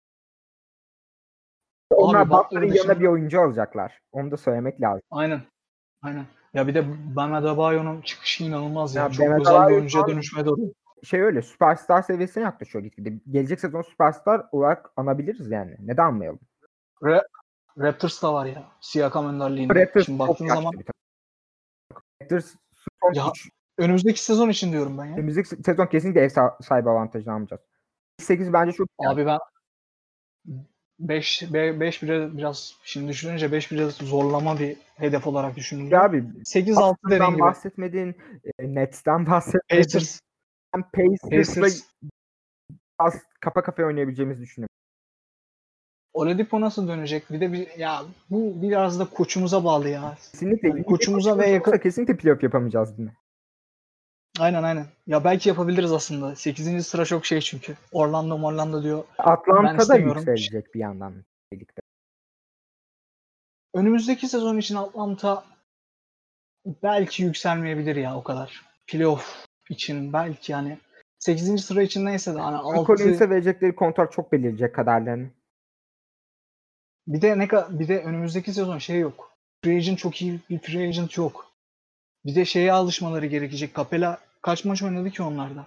Onlar abi Butler'ın Butler yanına bir dışında oyuncu alacaklar. Onu da söylemek lazım. aynen aynen. Ya bir de Bam Adebayo'nun çıkışı inanılmaz ya. Ya Çok Mehmet özel bir Adebayo şu oyuncuya an dönüşmeye doğru. şey öyle süperstar seviyesine yaklaşıyor gitgide. Gelecek sezon süperstar olarak anabiliriz yani. Neden anmayalım? Ra- Raptors da var ya. Siakam önderliğinde. Raptors Şimdi çok baktığın zaman yaşlı bir takım. Raptors son ya üç önümüzdeki sezon için diyorum ben ya. önümüzdeki sezon kesinlikle ev sah- sahibi avantajını almayacağız. sekiz bence çok güzel. Abi ben beş beş bire biraz şimdi düşününce beş biraz zorlama bir hedef olarak Ya düşünülüyor. abi sekiz altı dediğin Boston'dan gibi. bahsetmedin, e, Nets'ten bahsetmedin. Pacers Ben Pacers'la Pacers az kafa kafaya oynayabileceğimizi düşünüyorum. Oladipo nasıl dönecek? Bir de bir ya bu biraz da koçumuza bağlı ya. Kesinlikle Yani iyi bir koçumuza ve koçumuz yakın yoksa kesinlikle playoff yapamayacağız yine. aynen aynen. Ya belki yapabiliriz aslında. sekizinci sıra çok şey çünkü. Orlando Orlando diyor. Ben Atlanta da istemiyorum. yükselecek bir yandan birlikte. Önümüzdeki sezon için Atlanta belki yükselmeyebilir ya o kadar. Playoff için belki yani sekizinci sıra için neyse de hani John altı Collins'e verecekleri kontrat çok belirleyecek kaderlerini. bir de ne ka- bir de önümüzdeki sezon şey yok. Free agent çok iyi bir free agent yok. Bir de şeye alışmaları gerekecek. Capella kaç maç oynadı ki onlarda?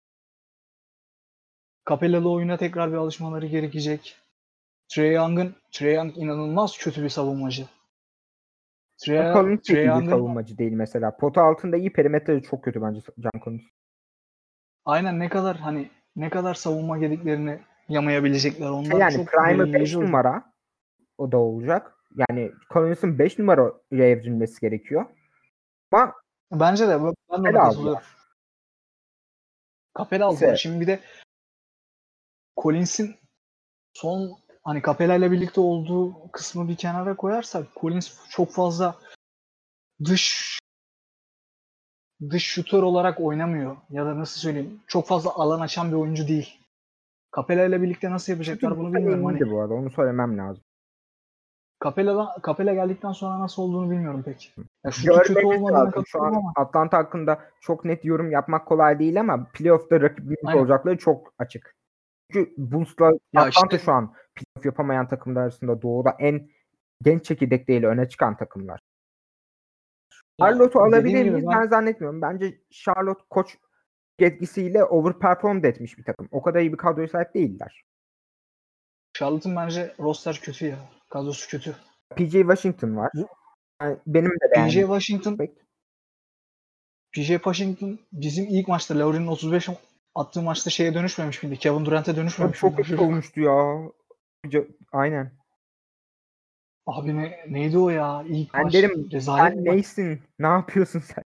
Capella'lı oyuna tekrar bir alışmaları gerekecek. Trae Young'ın Trae Young inanılmaz kötü bir savunmacı. John Trae, Collins de Trae iyi bir Young'ın savunmacı değil mesela. Pota altında iyi, perimetrede çok kötü bence John Collins. aynen ne kadar hani ne kadar savunma gediklerini yamayabilecekler. Şey Onlar yani çok Prime'ı beş belirleyici olacak. numara o da olacak. Yani Collins'in beş numaraya evrilmesi gerekiyor. Ama Bence de ben de ona Capella katılıyorum. aldılar. Capella aldılar. Neyse Şimdi bir de Collins'in son hani Capella ile birlikte olduğu kısmı bir kenara koyarsak Collins çok fazla dış dış şutör olarak oynamıyor. Ya da nasıl söyleyeyim? Çok fazla alan açan bir oyuncu değil. Capella ile birlikte nasıl şutu yapacaklar bu bunu sene bilmiyorum. Hani iyiydi bu arada. Onu söylemem lazım. Capella, Capella geldikten sonra nasıl olduğunu bilmiyorum pek. Ya şutu kötü Görmemiz olmadığına lazım. Şu katılıyorum an ama Atlanta hakkında çok net yorum yapmak kolay değil ama playoff'ta rakibimiz aynen. olacakları çok açık. Çünkü Bulls'la Ya Atlanta işte şu an playoff yapamayan takımlar arasında doğuda en genç çekirdekleriyle öne çıkan takımlar. ya Charlotte'u dediğim alabilir gibi miyiz? ben Ben zannetmiyorum. Bence Charlotte koç etkisiyle overperformed etmiş bir takım. O kadar iyi bir kadroya sahip değiller. Charlotte'ın bence roster kötü ya. Kadrosu kötü. P J Washington var. Bu- Yani benim de P J beğendiğim Washington prospect. P J Washington bizim ilk maçta Lowry'nin otuz beş attığı maçta şeye dönüşmemiş miydi? Kevin Durant'e Çok, dönüşmemiş çok miydi? kötü olmuştu ya. C- Aynen. Abi ne, neydi o ya? İlk Ben maç derim rezalet sen bir maç. neysin? Ne yapıyorsun sen?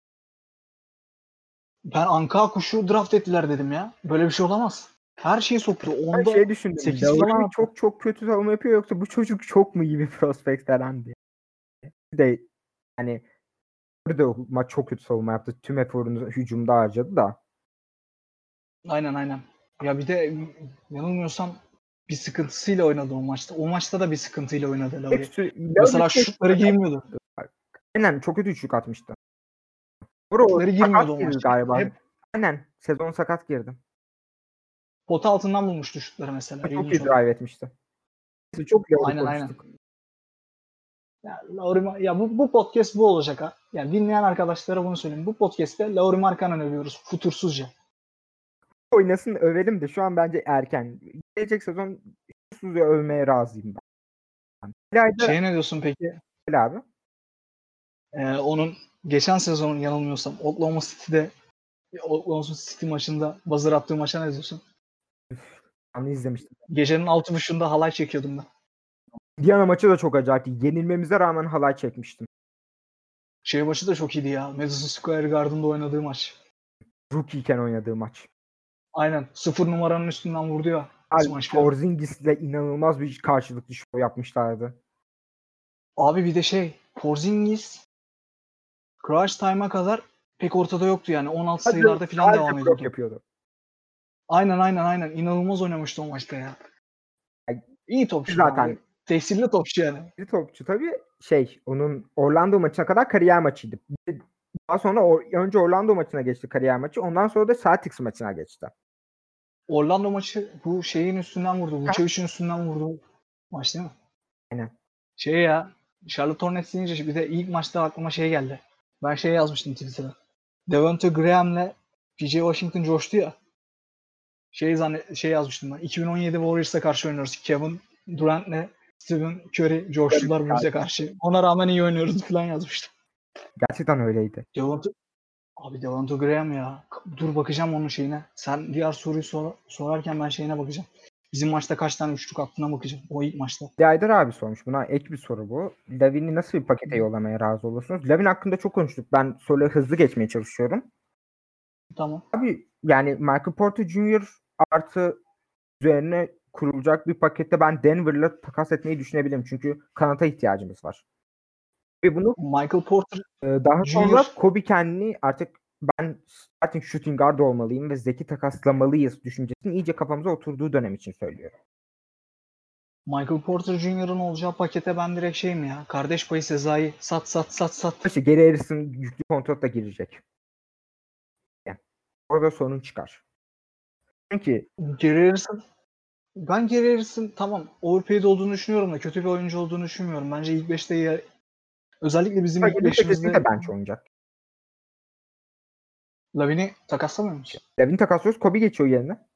Ben Anka kuşu draft ettiler dedim ya. Böyle bir şey olamaz. Her şeyi soktu. Ben Onda şey düşündüm. sekiz Lowry falan mi attı. çok çok kötü savunma yapıyor yoksa bu çocuk çok mu iyi bir prospect falan diye. Bir de hani burada maç çok kötü savunma yaptı. Tüm eforunu hücumda harcadı da. Aynen aynen. Ya bir de yanılmıyorsam bir sıkıntısıyla oynadı o maçta. O maçta da bir sıkıntıyla oynadı Lowry. Hep sü- Mesela Lowry tek- şutları girmiyordu. Aynen çok kötü üçlük atmıştı. Bro Şutları girmiyordu o sakat girdi maçta. galiba. Hep Aynen sezon sakat girdi. pota altından bulmuştu şutları mesela. Çok İlginç iyi olan. drive etmişti. Biz çok Lowry Aynen aynen. konuştuk. Ya, Lauri, ya bu, bu podcast bu olacak ha. Yani dinleyen arkadaşlara bunu söyleyeyim. Bu podcast'te Lauri Markkanen övüyoruz. Futursuzca. Oynasın övelim de şu an bence erken. Gelecek sezon Suzu'yu övmeye razıyım ben. Bir ayda Şeye ne diyorsun peki? öyle abi. Ee, onun geçen sezonun yanılmıyorsam Oklahoma City'de Oklahoma City maçında buzzer attığı maça ne diyorsun? Onu izlemiştim. Gecenin altı buçuğunda halay çekiyordum ben. Diana maçı da çok acayipti. Yenilmemize rağmen halay çekmiştim. Şey maçı da çok iyiydi ya. Madison Square Garden'da oynadığı maç. Rookie iken oynadığı maç. Aynen. Sıfır numaranın üstünden vurdu ya. Smash Mouth. Porzingis'le inanılmaz bir karşılıklı şov yapmışlardı. Abi bir de şey Porzingis Crunch Time'a kadar pek ortada yoktu yani. on altı sayılarda falan Sadece devam blok ediyordu. yapıyordu. Aynen aynen aynen. İnanılmaz oynamıştı o maçta ya. Yani İyi topçu zaten abi. Tesirli topçu yani. bir topçu tabii şey onun Orlando maçına kadar kariyer maçıydı. Daha sonra or- önce Orlando maçına geçti kariyer maçı. Ondan sonra da Celtics maçına geçti. Orlando maçı bu şeyin üstünden vurdu. Vucevic'in üstünden vurdu maç değil mi? Aynen. Şey ya Charlotte Hornets deyince bir de ilk maçta aklıma şey geldi. Ben şey yazmıştım Twitter'a. Devonta Graham'le P J Washington coştu ya. Şey zannet şey yazmıştım ben. iki bin on yedi Warriors'a karşı oynuyoruz. Kevin Durant'le Stephen Curry coştular bize karşı. Ona rağmen iyi oynuyoruz falan yazmıştım. Gerçekten öyleydi. Devonta Abi Devonta Graham ya. Dur bakacağım onun şeyine. Sen diğer soruyu sor, sorarken ben şeyine bakacağım. Bizim maçta kaç tane üçlük attığına bakacağım. O ilk maçta. Haydar abi sormuş. Buna ek bir soru bu. Lavin'i nasıl bir pakete yollamaya razı olursunuz? Lavin hakkında çok konuştuk. Ben soruları hızlı geçmeye çalışıyorum. Tamam. Abi yani Michael Porter Junior artı üzerine kurulacak bir pakette ben Denver'la takas etmeyi düşünebilirim. Çünkü kanata ihtiyacımız var. Ve bunu Michael Porter e, daha Junior sonra Kobe kendini artık ben starting shooting guard olmalıyım ve Zek'i takaslamalıyız düşüncesinin iyice kafamıza oturduğu dönem için söylüyorum. Michael Porter Junior'ın olacağı pakete ben direkt şeyim ya. Kardeş payı Sezai sat sat sat sat. İşte Gary Harris'in yüklü kontratla girecek. Yani orada sorun çıkar. Çünkü Gary Harris'in ben Gary Harris'in tamam overpaid olduğunu düşünüyorum da kötü bir oyuncu olduğunu düşünmüyorum. Bence ilk beşte yer, özellikle bizim ilk gelirse kesinlikle beşimizde bench oynayacak. Lavin'i takaslamıyor musun? Lavin takaslıyoruz. Kobe geçiyor yerine.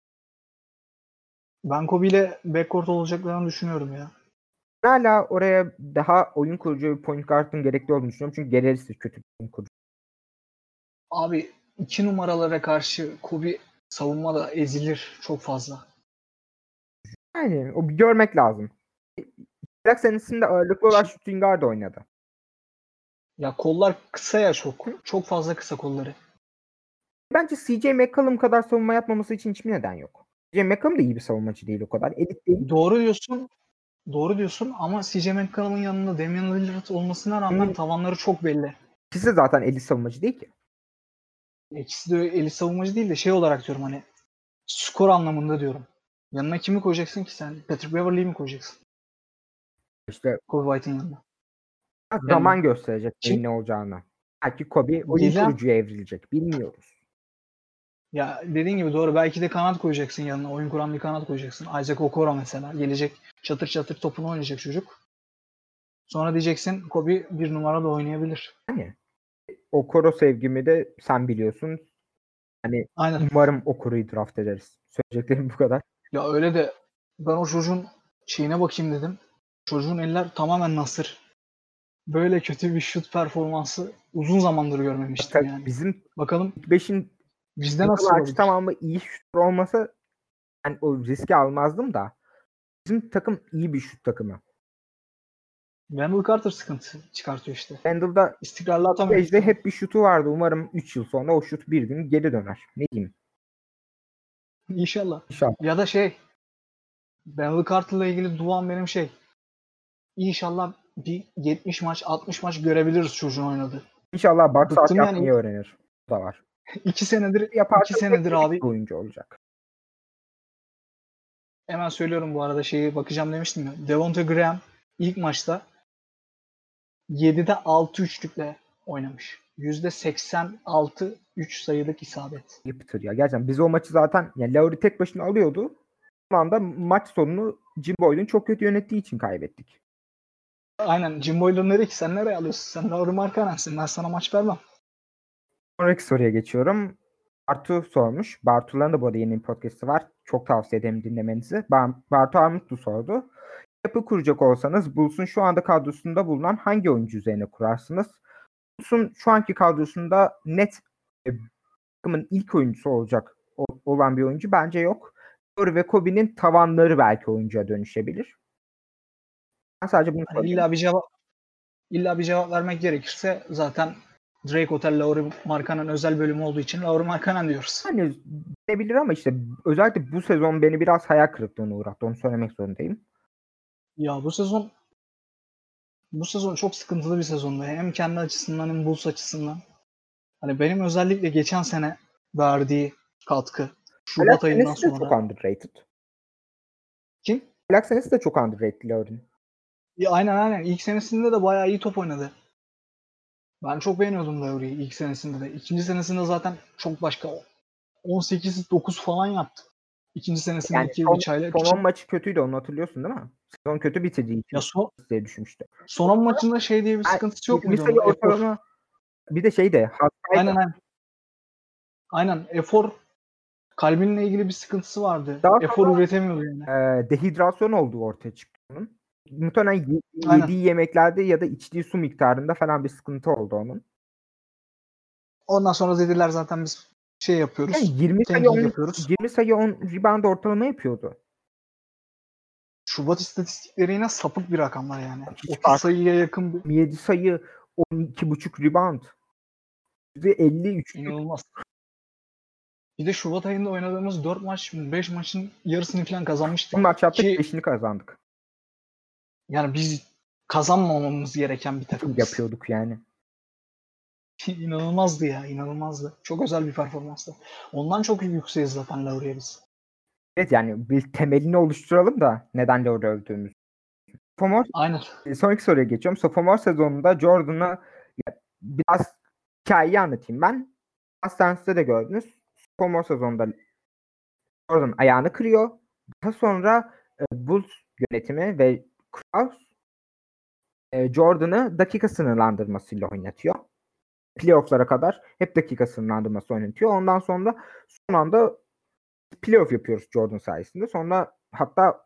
Ben Kobe ile backcourt olacaklarını düşünüyorum ya. Hala oraya daha oyun kurucu bir point guard'ın gerekli olduğunu düşünüyorum. Çünkü Gary Harris de kötü bir oyun kurucu. Abi iki numaralara karşı Kobe savunmada ezilir çok fazla. Yani o bir görmek lazım. Irak senesinde ağırlıklı olarak shooting guard oynadı. Ya kollar kısa ya çok. Çok fazla kısa kolları. Bence C J McCollum kadar savunma yapmaması için hiçbir neden yok. C J McCollum da iyi bir savunmacı değil o kadar. Elit değil. Doğru diyorsun. Doğru diyorsun ama C J McCollum'un yanında Damian Lillard olmasına rağmen Hmm. tavanları çok belli. İkisi de zaten elit savunmacı değil ki. İkisi de elit savunmacı değil de şey olarak diyorum hani skor anlamında diyorum. Yanına kimi koyacaksın ki sen? Patrick Beverley'i mi koyacaksın? İşte Kobe White'ın yanına. zaman Yani gösterecek kim? neyin ne olacağını. Belki Kobe oyun Gelen kurucuya evrilecek. Bilmiyoruz. ya dediğin gibi doğru. Belki de kanat koyacaksın yanına. Oyun kuran bir kanat koyacaksın. Isaac Okoro mesela. Gelecek çatır çatır topunu oynayacak çocuk. Sonra diyeceksin Kobe bir numara da oynayabilir. Hani o Koro sevgimi de sen biliyorsun. Hani Aynen. umarım Okuru'yu draft ederiz. Söyleyeceklerim bu kadar. Ya öyle de ben o çocuğun şeyine bakayım dedim. Çocuğun eller tamamen nasır. Böyle kötü bir şut performansı uzun zamandır görmemiştim Tabii yani. bizim Bakalım ilk beşin bizde Middle nasıl Arch olabilir? tamamı iyi şutör olmasa ben o riski almazdım da. Bizim takım iyi bir şut takımı. Wendell Carter sıkıntı çıkartıyor işte. Randall'da İstikrarlı atamıyor. Ejde hep bir şutu vardı. Umarım üç yıl sonra o şut bir gün geri döner. Ne diyeyim? İnşallah. İnşallah. Ya da şey Wendell Carter'la ilgili duam benim şey. İnşallah bir yetmiş maç altmış maç görebiliriz çocuğun oynadığı. İnşallah box out Bıktım yani. yapmayı öğrenir. Bu da var. iki senedir Yaparsa iki senedir abi. bir oyuncu olacak. Hemen söylüyorum bu arada şeyi bakacağım demiştim ya. Devonta Graham ilk maçta yedide altı üçlükle oynamış. yüzde seksen altı üç sayılık isabet. Yapıtır ya. Gerçekten biz o maçı zaten yani Lowry tek başına alıyordu. Şu anda maç sonunu Jim Boyle'un çok kötü yönettiği için kaybettik. Aynen. Jim Boylan nereye ki? Sen nereye alıyorsun? Sen Lauri Markkanen'sin. Ben sana maç vermem. Sonraki soruya geçiyorum. Bartu sormuş. Bartu'ların da bu arada yeni bir podcast'ı var. Çok tavsiye ederim dinlemenizi. Bartu Armutlu sordu. Yapı kuracak olsanız Bulls'un şu anda kadrosunda bulunan hangi oyuncu üzerine kurarsınız? Bulls'un şu anki kadrosunda net e, takımın ilk oyuncusu olacak o, olan bir oyuncu bence yok. Curry ve Kobe'nin tavanları belki oyuncuya dönüşebilir. Ben sadece bunu Hani sorayım. illa bir cevap illa bir cevap vermek gerekirse zaten Drake Hotel Lauri Markkanen özel bölümü olduğu için Lauri Markkanen diyoruz. Hani denebilir ama işte özellikle bu sezon beni biraz hayal kırıklığına uğrattı. Onu söylemek zorundayım. Ya bu sezon bu sezon çok sıkıntılı bir sezondu. Hem kendi açısından hem Bulls açısından. Hani benim özellikle geçen sene verdiği katkı Hala Şubat ayından senesi de çok sonra. underrated. Kim? Hala senesi de çok underrated Lauryn. Ya aynen aynen. İlk senesinde de bayağı iyi top oynadı. Ben çok beğeniyordum Lauri'yi ilk senesinde de. İkinci senesinde zaten çok başka. on sekiz dokuz falan yaptı. İkinci Yani senesindeki son, çaylak son on için. maçı kötüydü, onu hatırlıyorsun değil mi? Sezon kötü bitirdi. Ya son, diye düşmüştü. son on maçında şey diye bir Yani sıkıntısı yok yirmi muydu sayı onun? Efor. ortalama bir de şey de hastaydı. Aynen aynen. Aynen. Efor kalbinle ilgili bir sıkıntısı vardı. Daha Efor üretemiyordu yani. e, dehidrasyon olduğu ortaya çıktı onun. Muhtemelen y- Aynen. yediği yemeklerde ya da içtiği su miktarında falan bir sıkıntı oldu onun. Ondan sonra dediler zaten biz şey Yani yapıyoruz. yirmi sayı Tanking on yapıyoruz. yirmi sayı on rebound ortalama yapıyordu. Şubat istatistikleri yine sapık bir rakamlar yani. Hiç otuz fark sayıya yakın bir yirmi yedi sayı on iki buçuk rebound. yüzde elli üç. inanılmaz. Bir de Şubat ayında oynadığımız dört maç, beş maçın yarısını falan kazanmıştık. on maç yaptık, Ki beşini kazandık. yani biz kazanmamamız gereken bir takımız. Yapıyorduk yani. İnanılmazdı ya, inanılmazdı. Çok özel bir performanstı. Ondan çok yükseğiz zaten Lauri'ye biz. Evet yani bir temelini oluşturalım da neden Lowry öldüğümüz. Sophomore, Aynen. sonraki soruya geçiyorum. Sophomore sezonunda Jordan'a biraz hikayeyi anlatayım ben. Astans'ta de gördünüz. Sophomore sezonunda Jordan ayağını kırıyor. Daha sonra e, Bulls yönetimi ve Krause e, Jordan'ı dakika sınırlandırmasıyla oynatıyor. Playoff'lara kadar hep dakika sınırlandırması oynatıyor. Ondan sonra son anda playoff yapıyoruz Jordan sayesinde. Sonra hatta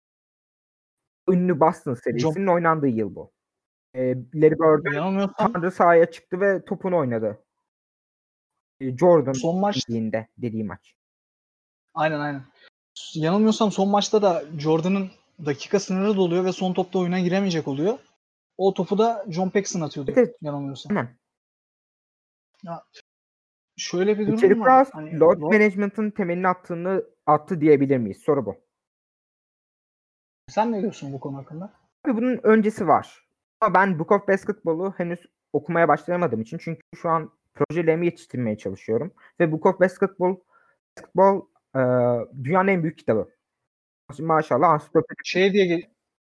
ünlü Boston John, serisinin oynandığı yıl bu. E, Larry Bird yanılmıyorsam Tanrı sahaya çıktı ve topunu oynadı. E, Jordan son maç dediğinde dediği maç. aynen aynen. Yanılmıyorsam son maçta da Jordan'ın dakika sınırı doluyor ve son topta oyuna giremeyecek oluyor. O topu da John Paxson atıyordu Evet, yanılmıyorsam. aynen. Ya şöyle bir Cherry durum var. Krause Hani load Lord, management'ın temelini attığını attı diyebilir miyiz? Soru bu. sen ne diyorsun bu konu hakkında? Tabii bunun öncesi var. Ama ben Book of Basketball'u henüz okumaya başlayamadığım için, çünkü şu an projelerimi yetiştirmeye çalışıyorum. Ve Book of Basketball, Basketball e, dünyanın en büyük kitabı. Maşallah ansiklopedik. Şey diye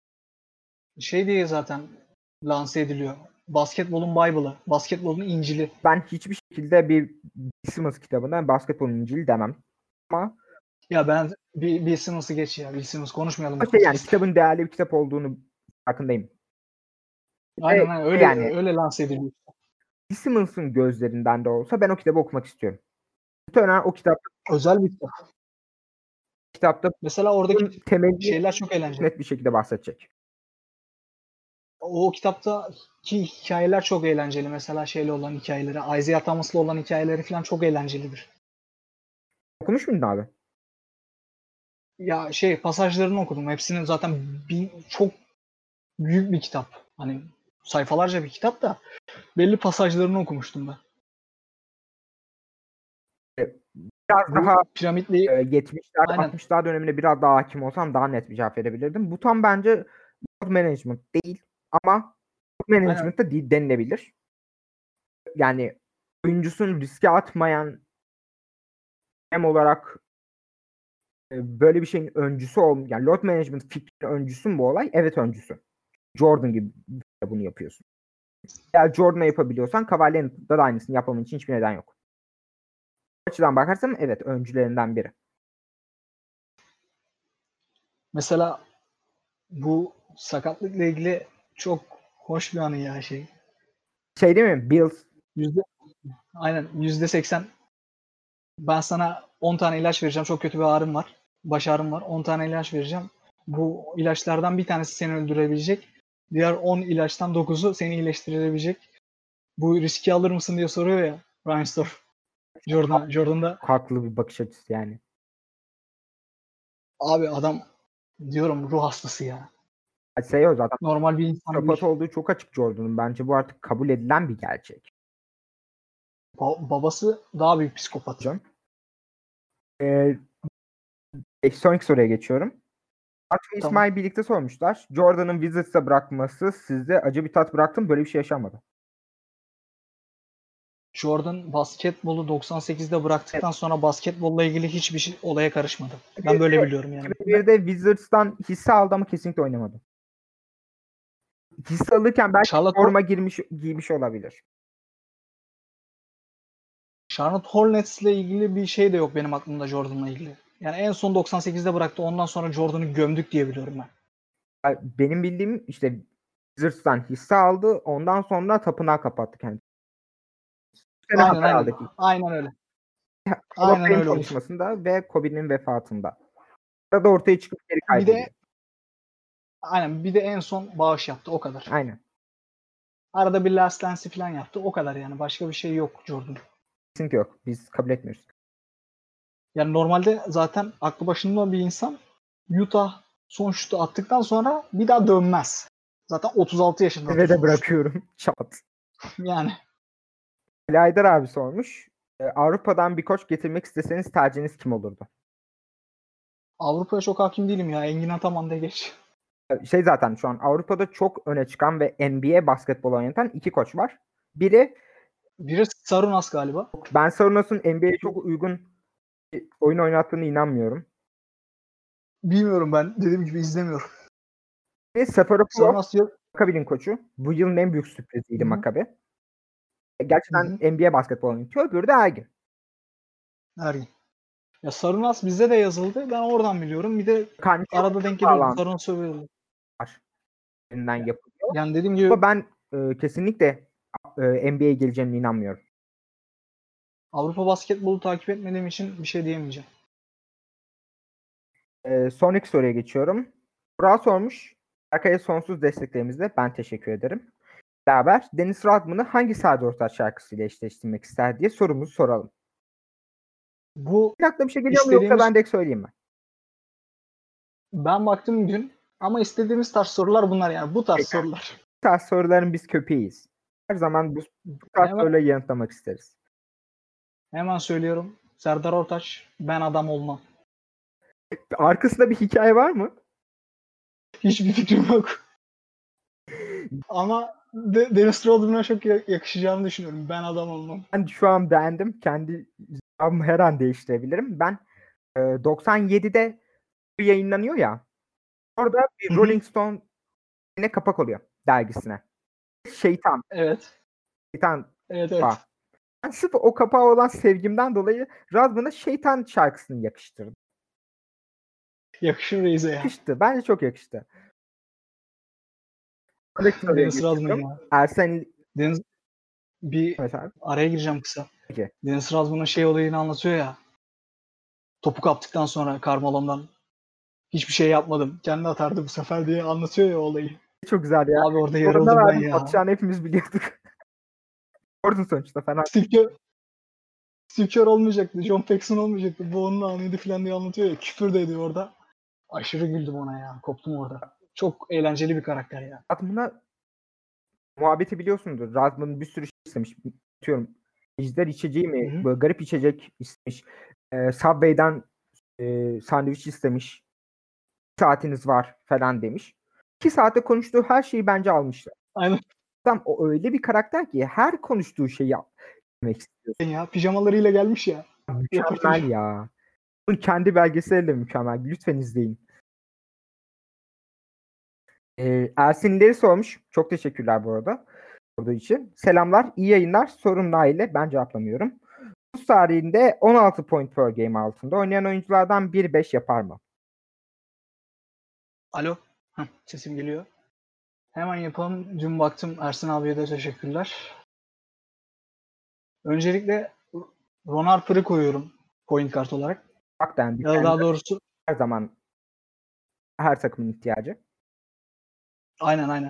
şey diye zaten lanse ediliyor. Basketbolun Bible'ı, basketbolun İncil'i. Ben hiçbir şekilde bir Bill Simmons kitabına basketbol İncil'i demem. Ama Ya ben bir Bill Simmons'ı geç ya. Bill Simmons konuşmayalım bu şey yani podcast'te. kitabın değerli bir kitap olduğunu farkındayım. Aynen Ve aynen öyle yani öyle lanse ediliyor. Bill Simmons'ın gözlerinden de olsa ben o kitabı okumak istiyorum. Muhtemelen o kitapta, Özel bir kitap. kitapta Mesela oradaki temeli şeyler çok eğlenceli. net bir şekilde bahsedecek. O kitaptaki hikayeler çok eğlenceli. Mesela şeyle olan hikayeleri, Isaiah Thomas'la olan hikayeleri falan çok eğlencelidir. Okumuş muydun abi? Ya şey pasajlarını okudum. Hepsini zaten bir, çok büyük bir kitap. Hani sayfalarca bir kitap da belli pasajlarını okumuştum ben. Biraz Bu daha piramitli e, yetmişler, aynen altmışlar dönemine biraz daha hakim olsam daha net bir cevap verebilirdim. Bu tam bence load management değil ama load aynen management da değil denilebilir. Yani oyuncusun riske atmayan hem olarak e, böyle bir şeyin öncüsü ol, yani load management fikri öncüsü mü bu olay? Evet öncüsü. Jordan gibi bunu yapıyorsun. Eğer Jordan'a yapabiliyorsan Cavalier'in da aynısını yapmamın için hiçbir neden yok. Bu açıdan bakarsan evet öncülerinden biri. mesela bu sakatlıkla ilgili çok hoş bir anı ya şey. Şey değil mi? Bills Yüzde, aynen yüzde seksen ben sana on tane ilaç vereceğim. Çok kötü bir ağrım var. Baş ağrım var. on tane ilaç vereceğim. Bu ilaçlardan bir tanesi seni öldürebilecek. Diğer on ilaçtan dokuzu seni iyileştirebilecek. Bu riski alır mısın diye soruyor ya Ryan Storr. Jordan, Jordan da haklı bir bakış açısı yani. abi adam diyorum ruh hastası ya. Şey o zaten Normal bir insan kapat değil. olduğu çok açık Jordan'ın. Bence bu artık kabul edilen bir gerçek. Ba- babası daha büyük psikopat. Hocam. Ee, sonraki soruya geçiyorum. Artık ve Tamam. İsmail birlikte sormuşlar. Jordan'ın Wizards'a bırakması sizde acı bir tat bıraktı mı? Böyle bir şey yaşanmadı. Jordan basketbolu doksan sekizde bıraktıktan sonra basketbolla ilgili hiçbir şey, olaya karışmadı. Ben böyle iki bin birde biliyorum yani. iki bin birde Wizards'tan hisse aldı ama kesinlikle oynamadı. Hisse alırken belki Charlotte, forma girmiş giymiş olabilir. Charlotte Hornets'le ilgili bir şey de yok benim aklımda Jordan'la ilgili. Yani en son doksan sekizde bıraktı. Ondan sonra Jordan'ı gömdük diye biliyorum ben. Yani benim bildiğim işte Wizards'tan hisse aldı. Ondan sonra tapınağı kapattı kendisi. Bu sene Aynen haber aynen. aldık. Aynen öyle. Hall of Aynen Fame öyle oldu. konuşmasında ve Kobe'nin vefatında. Da ortaya çıkıp geri Bir de kayboluyor. aynen bir de en son bağış yaptı o kadar. Aynen. Arada bir Last Dance'i falan yaptı. O kadar yani. Başka bir şey yok Jordan. Kesinlikle yok. Biz kabul etmiyoruz. Yani normalde zaten aklı başında bir insan Utah son şutu attıktan sonra bir daha dönmez. Zaten otuz altı yaşında atıyor Ve de son şutu. bırakıyorum. Çat. Yani Ali Aydar abi sormuş. Ee, Avrupa'dan bir koç getirmek isteseniz tercihiniz kim olurdu? Avrupa'ya çok hakim değilim ya. Engin Ataman da geç. Şey zaten şu an Avrupa'da çok öne çıkan ve N B A basketbol oynatan iki koç var. Biri Biri Sarunas galiba. Ben Sarunas'ın N B A'ye çok uygun bir oyun oynattığını inanmıyorum. Bilmiyorum ben. Dediğim gibi izlemiyorum. Ve Seferopoulou Sarunas yok. Maccabi'nin koçu. Bu yılın en büyük sürpriziydi Hı hı. Maccabi. Hı Gerçekten hı. N B A basketbol oynatıyor. Öbürü de Ergin. Ergin. Ya Sarunas bizde de yazıldı. Ben oradan biliyorum. Bir de Kanka arada denk geliyorum. bağlantılar Sarunas'ı övüyorum. üzerinden yapılıyor. Yani dediğim gibi Ama ben e, kesinlikle e, N B A'ye geleceğine inanmıyorum. Avrupa basketbolu takip etmediğim için bir şey diyemeyeceğim. E, sonraki soruya geçiyorum. Burak sormuş. Arkaya sonsuz desteklerimizle ben teşekkür ederim. Beraber Dennis Rodman'ı hangi Serdar Ortaç şarkısıyla eşleştirmek ister diye sorumuzu soralım. Bu Aklına bir şey geliyor mu yoksa istediğimiz ben de söyleyeyim mi? ben baktım dün ama istediğimiz tarz sorular bunlar yani. Bu tarz Peki. sorular. Bu tarz soruların biz köpeğiyiz. Her zaman bu, bu tarz Hemen, soruları yanıtlamak isteriz. hemen söylüyorum. Serdar Ortaç, ben adam olmam. Arkasında bir hikaye var mı? Hiçbir fikrim yok. Ama De- Dennis Rodman'a çok ya- yakışacağını düşünüyorum. Ben adam olmam. Ben şu an beğendim. Kendi cevabımı her an değiştirebilirim. Ben e, doksan yedide yayınlanıyor ya. Orada bir Hı hı. Rolling Stone ne kapak oluyor dergisine. Şeytan. Evet. Şeytan Evet kapağı. evet. Ben sırf o kapağa olan sevgimden dolayı Rodman'a Şeytan şarkısını yakıştırdım. Yakışır Reis'e ya. Yakıştı. Bence çok yakıştı. Sonraki soruya Dennis Rodman geçiyorum. ya. Ersen Deniz bir mesela araya gireceğim kısa. Peki. Dennis Rodman'ın şey olayını anlatıyor ya. Topu kaptıktan sonra Carmelo'dan hiçbir şey yapmadım. Kendi atardı bu sefer diye anlatıyor ya olayı. Çok güzel ya. Abi orada Orada yarıldım ben verdim. ya. Atacağını hepimiz biliyorduk. Gordon sonuçta fena. Steve Kerr, Steve Kerr olmayacaktı. John Paxson olmayacaktı. Bu onun anıydı falan diye anlatıyor ya. Küfür de ediyor orada. Aşırı güldüm ona ya. Koptum orada. Çok eğlenceli bir karakter ya. Radman'a muhabbeti biliyorsundur. Radman bir sürü şey istemiş. Diyorum. Ejder içeceği mi? Hı hı. Böyle garip içecek istemiş. Ee, Subway'den e, sandviç istemiş. Saatiniz var falan demiş. İki saate konuştuğu her şeyi bence almışlar. Aynen Tam o öyle bir karakter ki her konuştuğu şeyi yapmak istiyor. ya. Pijamalarıyla gelmiş ya. Mükemmel ya. Bunun kendi belgeseli de mükemmel. Lütfen izleyin. Ee, Ersinleri sormuş. Çok teşekkürler bu arada. Sorduğu için. Selamlar, iyi yayınlar. Sorun Nail'e. Ben cevaplamıyorum. Bu tarihinde on altı point per game altında oynayan oyunculardan bir beş yapar mı? Alo. Heh, sesim geliyor. Hemen yapalım. Dün baktım Ersin abiye de teşekkürler. Öncelikle Ron Harper'ı koyuyorum point guard olarak. Bak dendi. Ya da daha doğrusu Her zaman her takımın ihtiyacı. aynen aynen.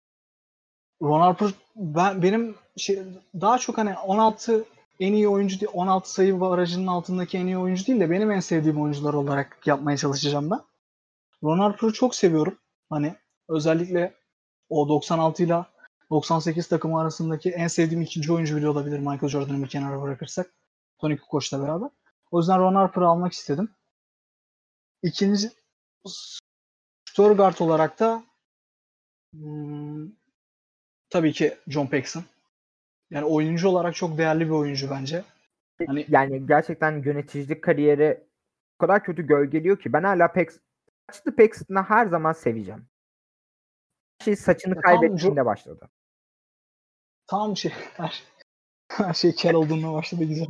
Ron Harper ben benim şey daha çok hani on altı en iyi oyuncu değil, on altı sayı barajının altındaki en iyi oyuncu değil de benim en sevdiğim oyuncular olarak yapmaya çalışacağım ben. Ron Harper'ı çok seviyorum. Hani özellikle o doksan altı ile doksan sekiz takımı arasındaki en sevdiğim ikinci oyuncu bile olabilir Michael Jordan'ı bir kenara bırakırsak. Tony Kukoc'la beraber. O yüzden Ron Harper'ı almak istedim. İkinci shooting guard olarak da hmm, tabii ki John Paxson. Yani oyuncu olarak çok değerli bir oyuncu bence. Hani Yani gerçekten yöneticilik kariyeri o kadar kötü gölgeliyor ki ben hala Pax, saçlı Paxton'ı her zaman seveceğim. Her şey saçını ya tam kaybettiğinde başladı. tam şey her, her şey kel olduğunda başladı güzel.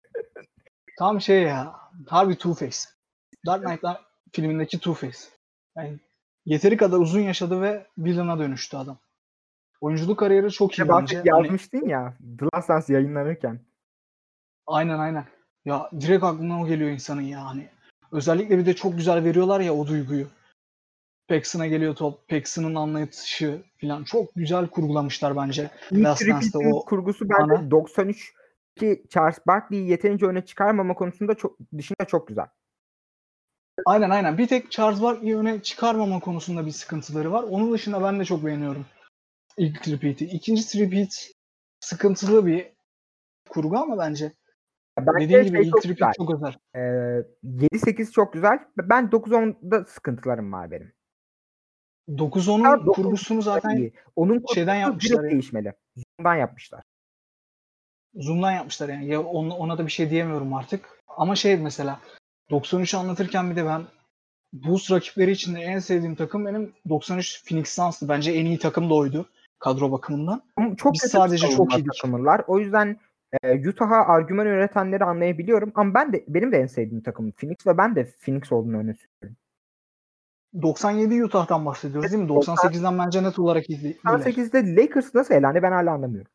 Tam şey ya. Harbi Two-Face. Dark Knight filmindeki Two-Face. Yani yeteri kadar uzun yaşadı ve villain'a dönüştü adam. Oyunculuk kariyeri çok iyi bence. Hani Yazmıştın ya The Last Dance yayınlanırken. aynen aynen. Ya direkt aklına o geliyor insanın ya hani. Özellikle bir de çok güzel veriyorlar ya o duyguyu. Paxson'a geliyor top. Paxson'ın anlatışı falan çok güzel kurgulamışlar bence. İlk Last Dance'de Repeat'in o kurgusu ana. bence doksan üç ki Charles Barkley'i yeterince öne çıkarmama konusunda çok dışında çok güzel. Aynen aynen. Bir tek Charles Barkley'i öne çıkarmama konusunda bir sıkıntıları var. Onun dışında ben de çok beğeniyorum ilk repeat'i. İkinci repeat sıkıntılı bir kurgu ama bence. Bence Dediğim gibi şey ilk çok repeat güzel. çok özel. Ee, yedi sekiz çok güzel. Ben dokuz onda sıkıntılarım var benim. dokuz Ha, onun dokuz kurgusunu zaten iyi. Onun şeyden kurgusu yapmışlar direkt ya. değişmeli. Zoom'dan yapmışlar. Zoom'dan yapmışlar yani. Ya ona, ona da bir şey diyemiyorum artık. Ama şey mesela doksan üçü anlatırken bir de ben Bulls rakipleri içinde en sevdiğim takım benim doksan üç Phoenix Suns'tı. Bence en iyi takım da oydu kadro bakımından. Ama çok Biz kötü bir sadece çok savunma iyiydik. takımılar. O yüzden e, Utah'a argüman üretenleri anlayabiliyorum. Ama ben de benim de en sevdiğim takım Phoenix ve ben de Phoenix olduğunu öne sürüyorum. doksan yedi Utah'tan bahsediyoruz değil mi? doksan sekizden bence net olarak iyiler. doksan sekizde Lakers nasıl elendi ben hala anlamıyorum.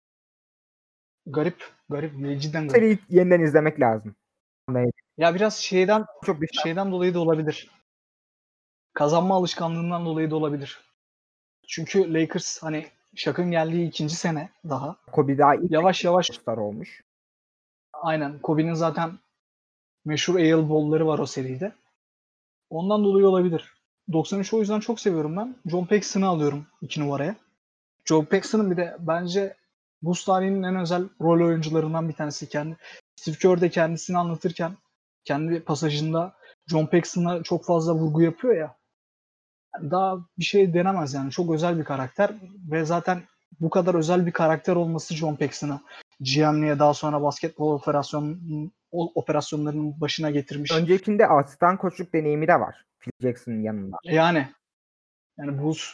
Garip. Garip. Cidden garip. Seriyi yeniden izlemek lazım. Ya biraz şeyden Çok bir şey. şeyden dolayı da olabilir. Kazanma alışkanlığından dolayı da olabilir. Çünkü Lakers hani Shaq'ın geldiği ikinci sene daha. Kobe daha ilk Yavaş yavaş star olmuş. aynen Kobe'nin zaten meşhur Ale Ball'ları var o seride. Ondan dolayı olabilir. doksan üç o yüzden çok seviyorum ben. John Paxson'ı alıyorum iki numaraya. John Paxson'ın bir de bence Bulls tarihinin en özel rol oyuncularından bir tanesi. Kendi Steve Kerr de kendisini anlatırken kendi pasajında John Paxson'a çok fazla vurgu yapıyor ya. Yani daha bir şey denemez yani. Çok özel bir karakter ve zaten bu kadar özel bir karakter olması John Paxson'ı G M'liğe daha sonra basketbol operasyon operasyonlarının başına getirmiş. Öncekinde asistan koçluk deneyimi de var. Phil Jackson'ın yanında. Yani yani Bulls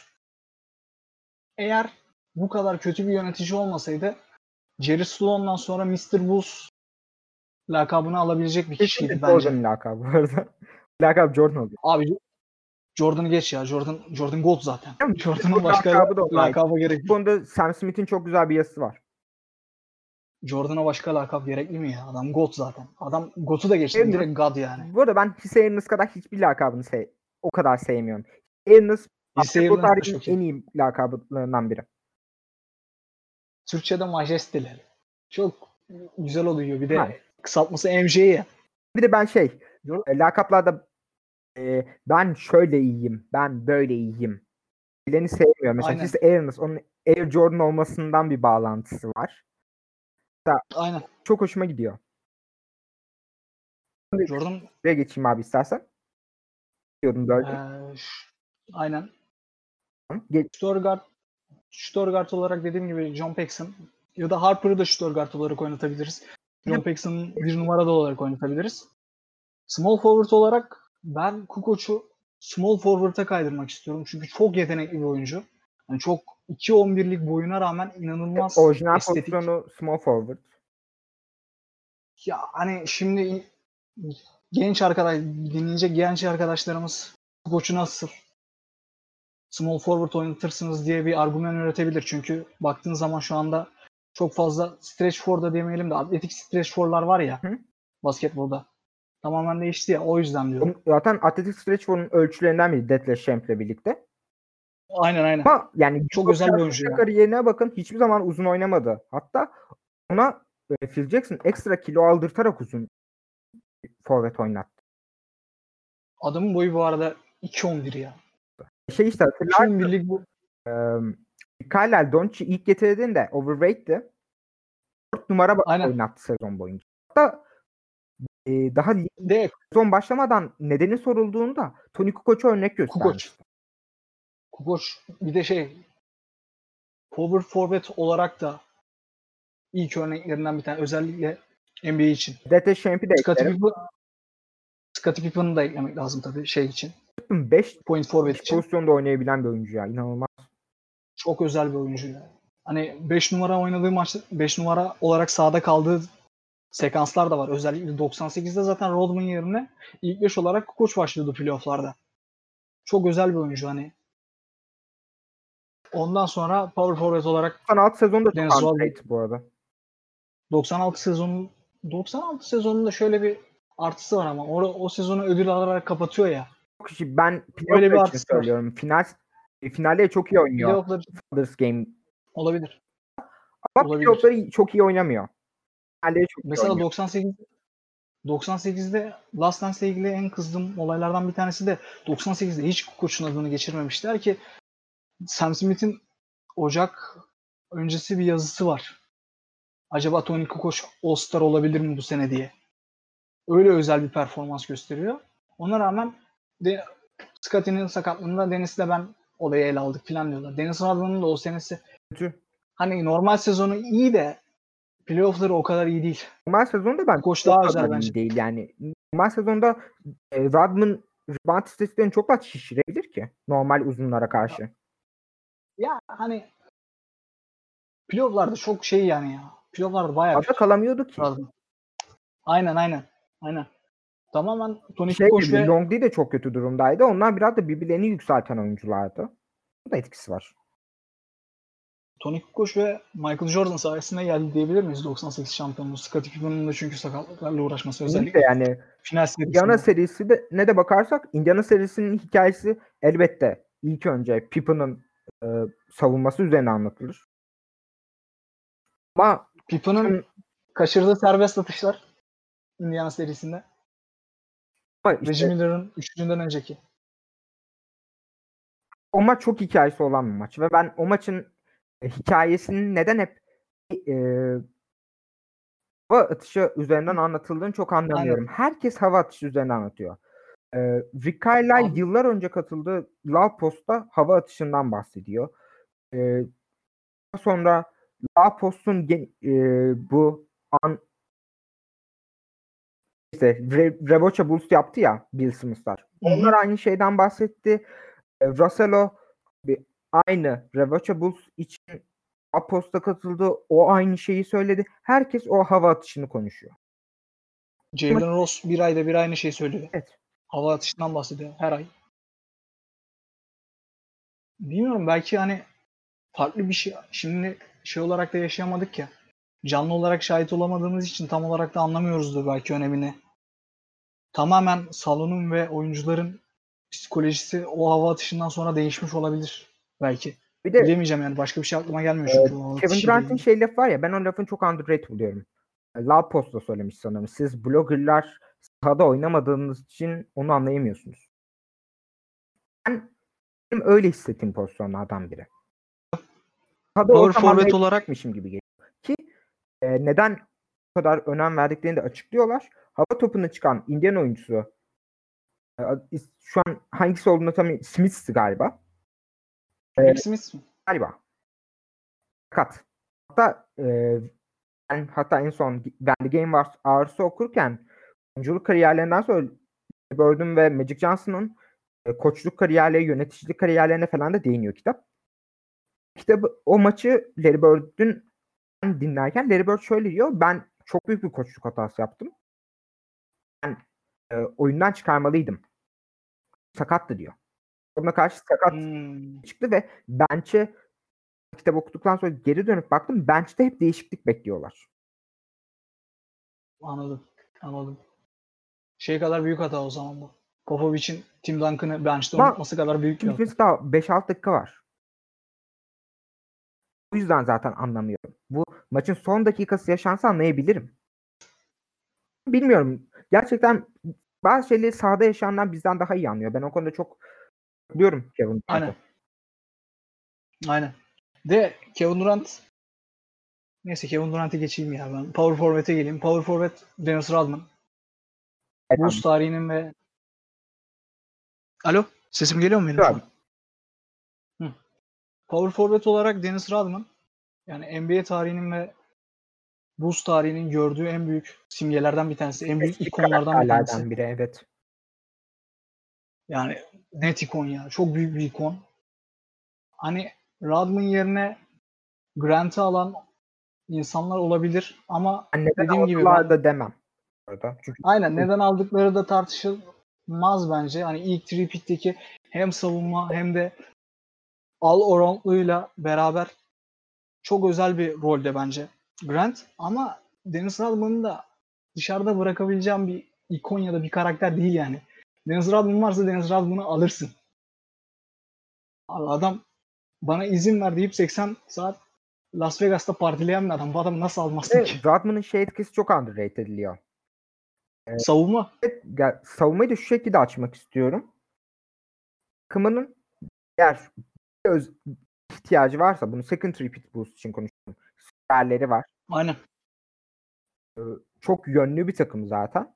eğer bu kadar kötü bir yönetici olmasaydı Jerry Sloan'dan sonra mister Bulls lakabını alabilecek bir kişiydi Kesinlikle bence. Jordan'ın lakabı bu arada. Lakab Jordan oluyor. Abi Jordan'ı geç ya. Jordan Jordan Gold zaten. Değil mi? Jordan'ın başka Lakabı da ona ait. lakaba gerek Bu yok. konuda Sam Smith'in çok güzel bir yazısı var. Jordan'a başka lakap gerekli mi ya? Adam God zaten. Adam God'u da geçti. Ernest- Direkt God yani. Bu arada ben Hisse Ernest kadar hiçbir lakabını sev o kadar sevmiyorum. Ernest Hisse basketbol Ernest de tarihinin çok iyi. en iyi lakablarından biri. Türkçe'de majesteleri. Çok güzel oluyor. Bir de Hayır. kısaltması M J ya. Bir de ben şey Yor- e, lakaplarda e, ben şöyle iyiyim, ben böyle iyiyim. Bileni sevmiyorum. Mesela Aynen. Hisse Ernest onun Air Jordan olmasından bir bağlantısı var. Aynen. Çok hoşuma gidiyor. Jordan Buraya geçeyim abi istersen. Diyordum böyle. eee, ş- aynen. Ge- Stuttgart Stuttgart olarak dediğim gibi John Paxson ya da Harper'ı da Stuttgart olarak oynatabiliriz. John Paxson'ı bir numarada olarak oynatabiliriz. Small forward olarak ben Kukoc'u small forward'a kaydırmak istiyorum. Çünkü çok yetenekli bir oyuncu. Yani çok iki on birlik boyuna rağmen inanılmaz Orijinal estetik. pozisyonu small forward. Ya hani şimdi genç arkadaş dinleyecek genç arkadaşlarımız Kukoc'u nasıl small forward oynatırsınız diye bir argüman üretebilir. Çünkü baktığın zaman şu anda çok fazla stretch four'da demeyelim de atletik stretch four'lar var ya Hı. basketbolda. Tamamen değişti ya o yüzden diyorum. Onun- Zaten Atletik Stretch Four'un ölçülerinden biri Detlef Schlamp'le birlikte. Aynen aynen. Ama yani Çok Giannis özel bir oyuncu ya. kariyerine bakın hiçbir zaman uzun oynamadı. Hatta ona e, Phil Jackson ekstra kilo aldırtarak uzun forvet oynattı. Adamın boyu bu arada iki on bir ya. Şey işte hatırlar iki on birlik bu. e, Kyle Doncic'i ilk getirdiğinde overweight'ti. dört numara Aynen. oynattı sezon boyunca. Hatta e, daha lig De sezon başlamadan nedeni sorulduğunda Toni Kukoc'a örnek göstermişti. Kukoc bir de şey power forward olarak da ilk örneklerinden bir tane özellikle N B A için. Detlef Schlamp'i de Scottie eklerim. Pippen Scottie Pippen'ı da eklemek lazım tabii şey için. beş Point forward için. pozisyonda oynayabilen bir oyuncu ya. İnanılmaz. Çok özel bir oyuncu ya. Hani beş numara oynadığı maçta beş numara olarak sahada kaldığı sekanslar da var. Özellikle doksan sekizde zaten Rodman yerine ilk beş olarak Kukoc başlıyordu playoff'larda. Çok özel bir oyuncu hani. Ondan sonra power forward olarak doksan altı sezonda çok Dennis Rodman underrated bu arada. doksan altı sezonu doksan altı sezonunda şöyle bir artısı var ama o, o sezonu ödül alarak kapatıyor ya. Çok kişi ben Öyle bir playoff'lar için artısı var. söylüyorum. Final e, finalde çok iyi oynuyor. Playoff'ları Father's Game. olabilir. Ama Olabilir. playoff'ları çok iyi oynamıyor. Finalleri çok iyi Mesela oynuyor. doksan sekiz doksan sekizde Last Dance'le ilgili en kızdığım olaylardan bir tanesi de doksan sekizde hiç Kukoc'un adını geçirmemişler ki Sam Smith'in Ocak öncesi bir yazısı var. Acaba Toni Kukoc All-Star olabilir mi bu sene diye. Öyle özel bir performans gösteriyor. Ona rağmen de Scottie'nin sakatlığında Dennis'le ben olayı ele aldık falan diyorlar. Dennis Rodman'ın da o senesi Kötü. hani normal sezonu iyi de playoff'ları o kadar iyi değil. Normal sezonda ben Kukoc çok daha kadar özel iyi bence. değil yani. Normal sezonda e, Rodman rebound istatistiklerini çok daha şişirebilir ki. Normal uzunlara karşı. Ya hani playoff'larda çok şey yani ya. Playoff'larda bayağı Arada kötü. kalamıyordu ki. Rodman. Aynen aynen. Aynen. Tamamen Toni Şey Kukoc gibi ve Longley de çok kötü durumdaydı. Onlar biraz da birbirlerini yükselten oyunculardı. Bu da etkisi var. Toni Kukoc ve Michael Jordan sayesinde geldi diyebilir miyiz doksan sekiz şampiyonluğu? Scottie Pippen'ın da çünkü sakatlıklarla uğraşması Kesinlikle özellikle yani final Indiana serisinde. serisi de ne de bakarsak Indiana serisinin hikayesi elbette ilk önce Pippen'ın e, savunması üzerine anlatılır. Ama Pippen'ın kaçırdığı serbest atışlar Indiana serisinde. ama Reggie işte Miller'ın üçüncüden önceki. o maç çok hikayesi olan bir maç ve ben o maçın e, hikayesinin neden hep e, hava atışı üzerinden anlatıldığını çok Aynen. anlamıyorum. Herkes hava atışı üzerinden anlatıyor. E, Rick Carlisle Abi, yıllar önce katıldığı Love Post'ta hava atışından bahsediyor. E, sonra Love Post'un gen- e, bu an işte Re- Rebocha Bulls yaptı ya Bill Simmons'lar. hı Onlar hı. aynı şeyden bahsetti. E, Russell'o bir, aynı Rebocha Bulls için Apost'a katıldı. O aynı şeyi söyledi. Herkes o hava atışını konuşuyor. Jalen Ross bir ayda bir aynı şeyi söylüyor. Evet. Hava atışından bahsediyor her ay. Bilmiyorum belki hani farklı bir şey. Şimdi şey olarak da yaşayamadık ya. canlı olarak şahit olamadığımız için tam olarak da anlamıyoruzdur belki önemini. Tamamen salonun ve oyuncuların psikolojisi o hava atışından sonra değişmiş olabilir belki. Bir de Bilemeyeceğim yani. Başka bir şey aklıma gelmiyor e, çünkü o hava Kevin atışıyla Durant'in ilgili. şey lafı var ya, ben o lafını çok underrated buluyorum. Love Post'ta söylemiş sanırım. Siz bloggerlar sahada oynamadığınız için onu anlayamıyorsunuz. Ben benim öyle hissettiğim pozisyonlardan biri. Sahada Power olsam forvet olarak anlayacakmışım gibi geliyor. Ki e, neden bu kadar önem verdiklerini de açıklıyorlar. Hava topuna çıkan Indian oyuncusu e, şu an hangisi olduğunu tam Smith'si galiba. E, Nick Smith mi? galiba. Fakat hatta e, ben hatta en son When the Game Was Ours'u okurken oyunculuk kariyerlerinden sonra Bird'ün ve Magic Johnson'ın e, koçluk kariyerleri, yöneticilik kariyerlerine falan da değiniyor kitap. Kitabı, o maçı Larry Bird'ün dinlerken Larry Bird şöyle diyor: ben çok büyük bir koçluk hatası yaptım. Ben e, oyundan çıkarmalıydım. Sakattı diyor. Ona karşı sakat Hmm, çıktı ve bench'e kitap okuduktan sonra geri dönüp baktım. Bench'te hep değişiklik bekliyorlar. anladım. Anladım. Şey kadar büyük hata o zaman bu. Popovic'in Tim Duncan'ı bench'te Ama oynatması kadar büyük bir hata. bitmesi daha beş altı dakika var. Bu yüzden zaten anlamıyorum. Bu maçın son dakikası yaşansa anlayabilirim. Bilmiyorum. Gerçekten bazı şeyleri sahada yaşayanlar bizden daha iyi anlıyor. Ben o konuda çok biliyorum Kevin Aynen. Durant'ı. Aynen. De Kevin Durant neyse Kevin Durant'ı geçeyim ya ben. Power Forward'e geleyim. Power Forward Dennis Rodman. Evet, Bulls tarihinin ve Alo, sesim geliyor mu benim şu abi. an? Hı. Power Forward olarak Dennis Rodman yani N B A tarihinin ve Bulls tarihinin gördüğü en büyük simgelerden bir tanesi. En büyük Eski ikonlardan bir tanesi. karakterlerden biri, evet. Yani net ikon ya. Çok büyük bir ikon. Hani Rodman yerine Grant'ı alan insanlar olabilir ama Ben neden dediğim gibi aldılar ben da demem. Orada. Çünkü aynen neden aldıkları da tartışılmaz bence. Hani ilk tripit'teki hem savunma hem de all around'luyla beraber çok özel bir rolde bence Grant. Ama Dennis Rodman'ı da dışarıda bırakabileceğim bir ikon ya da bir karakter değil yani. Dennis Rodman varsa Dennis Rodman'ı alırsın. Abi adam bana izin ver deyip seksen saat Las Vegas'ta partileyen bir adam. Bu adamı nasıl almazsın ve ki? Rodman'ın şey etkisi çok underrated ediliyor. Savunma. Evet, gel- savunmayı da şu şekilde açmak istiyorum. Takımının eğer öz ihtiyacı varsa, bunu second repeat boost için konuşuyorum. Süperleri var. Aynen. Ee, Çok yönlü bir takım zaten.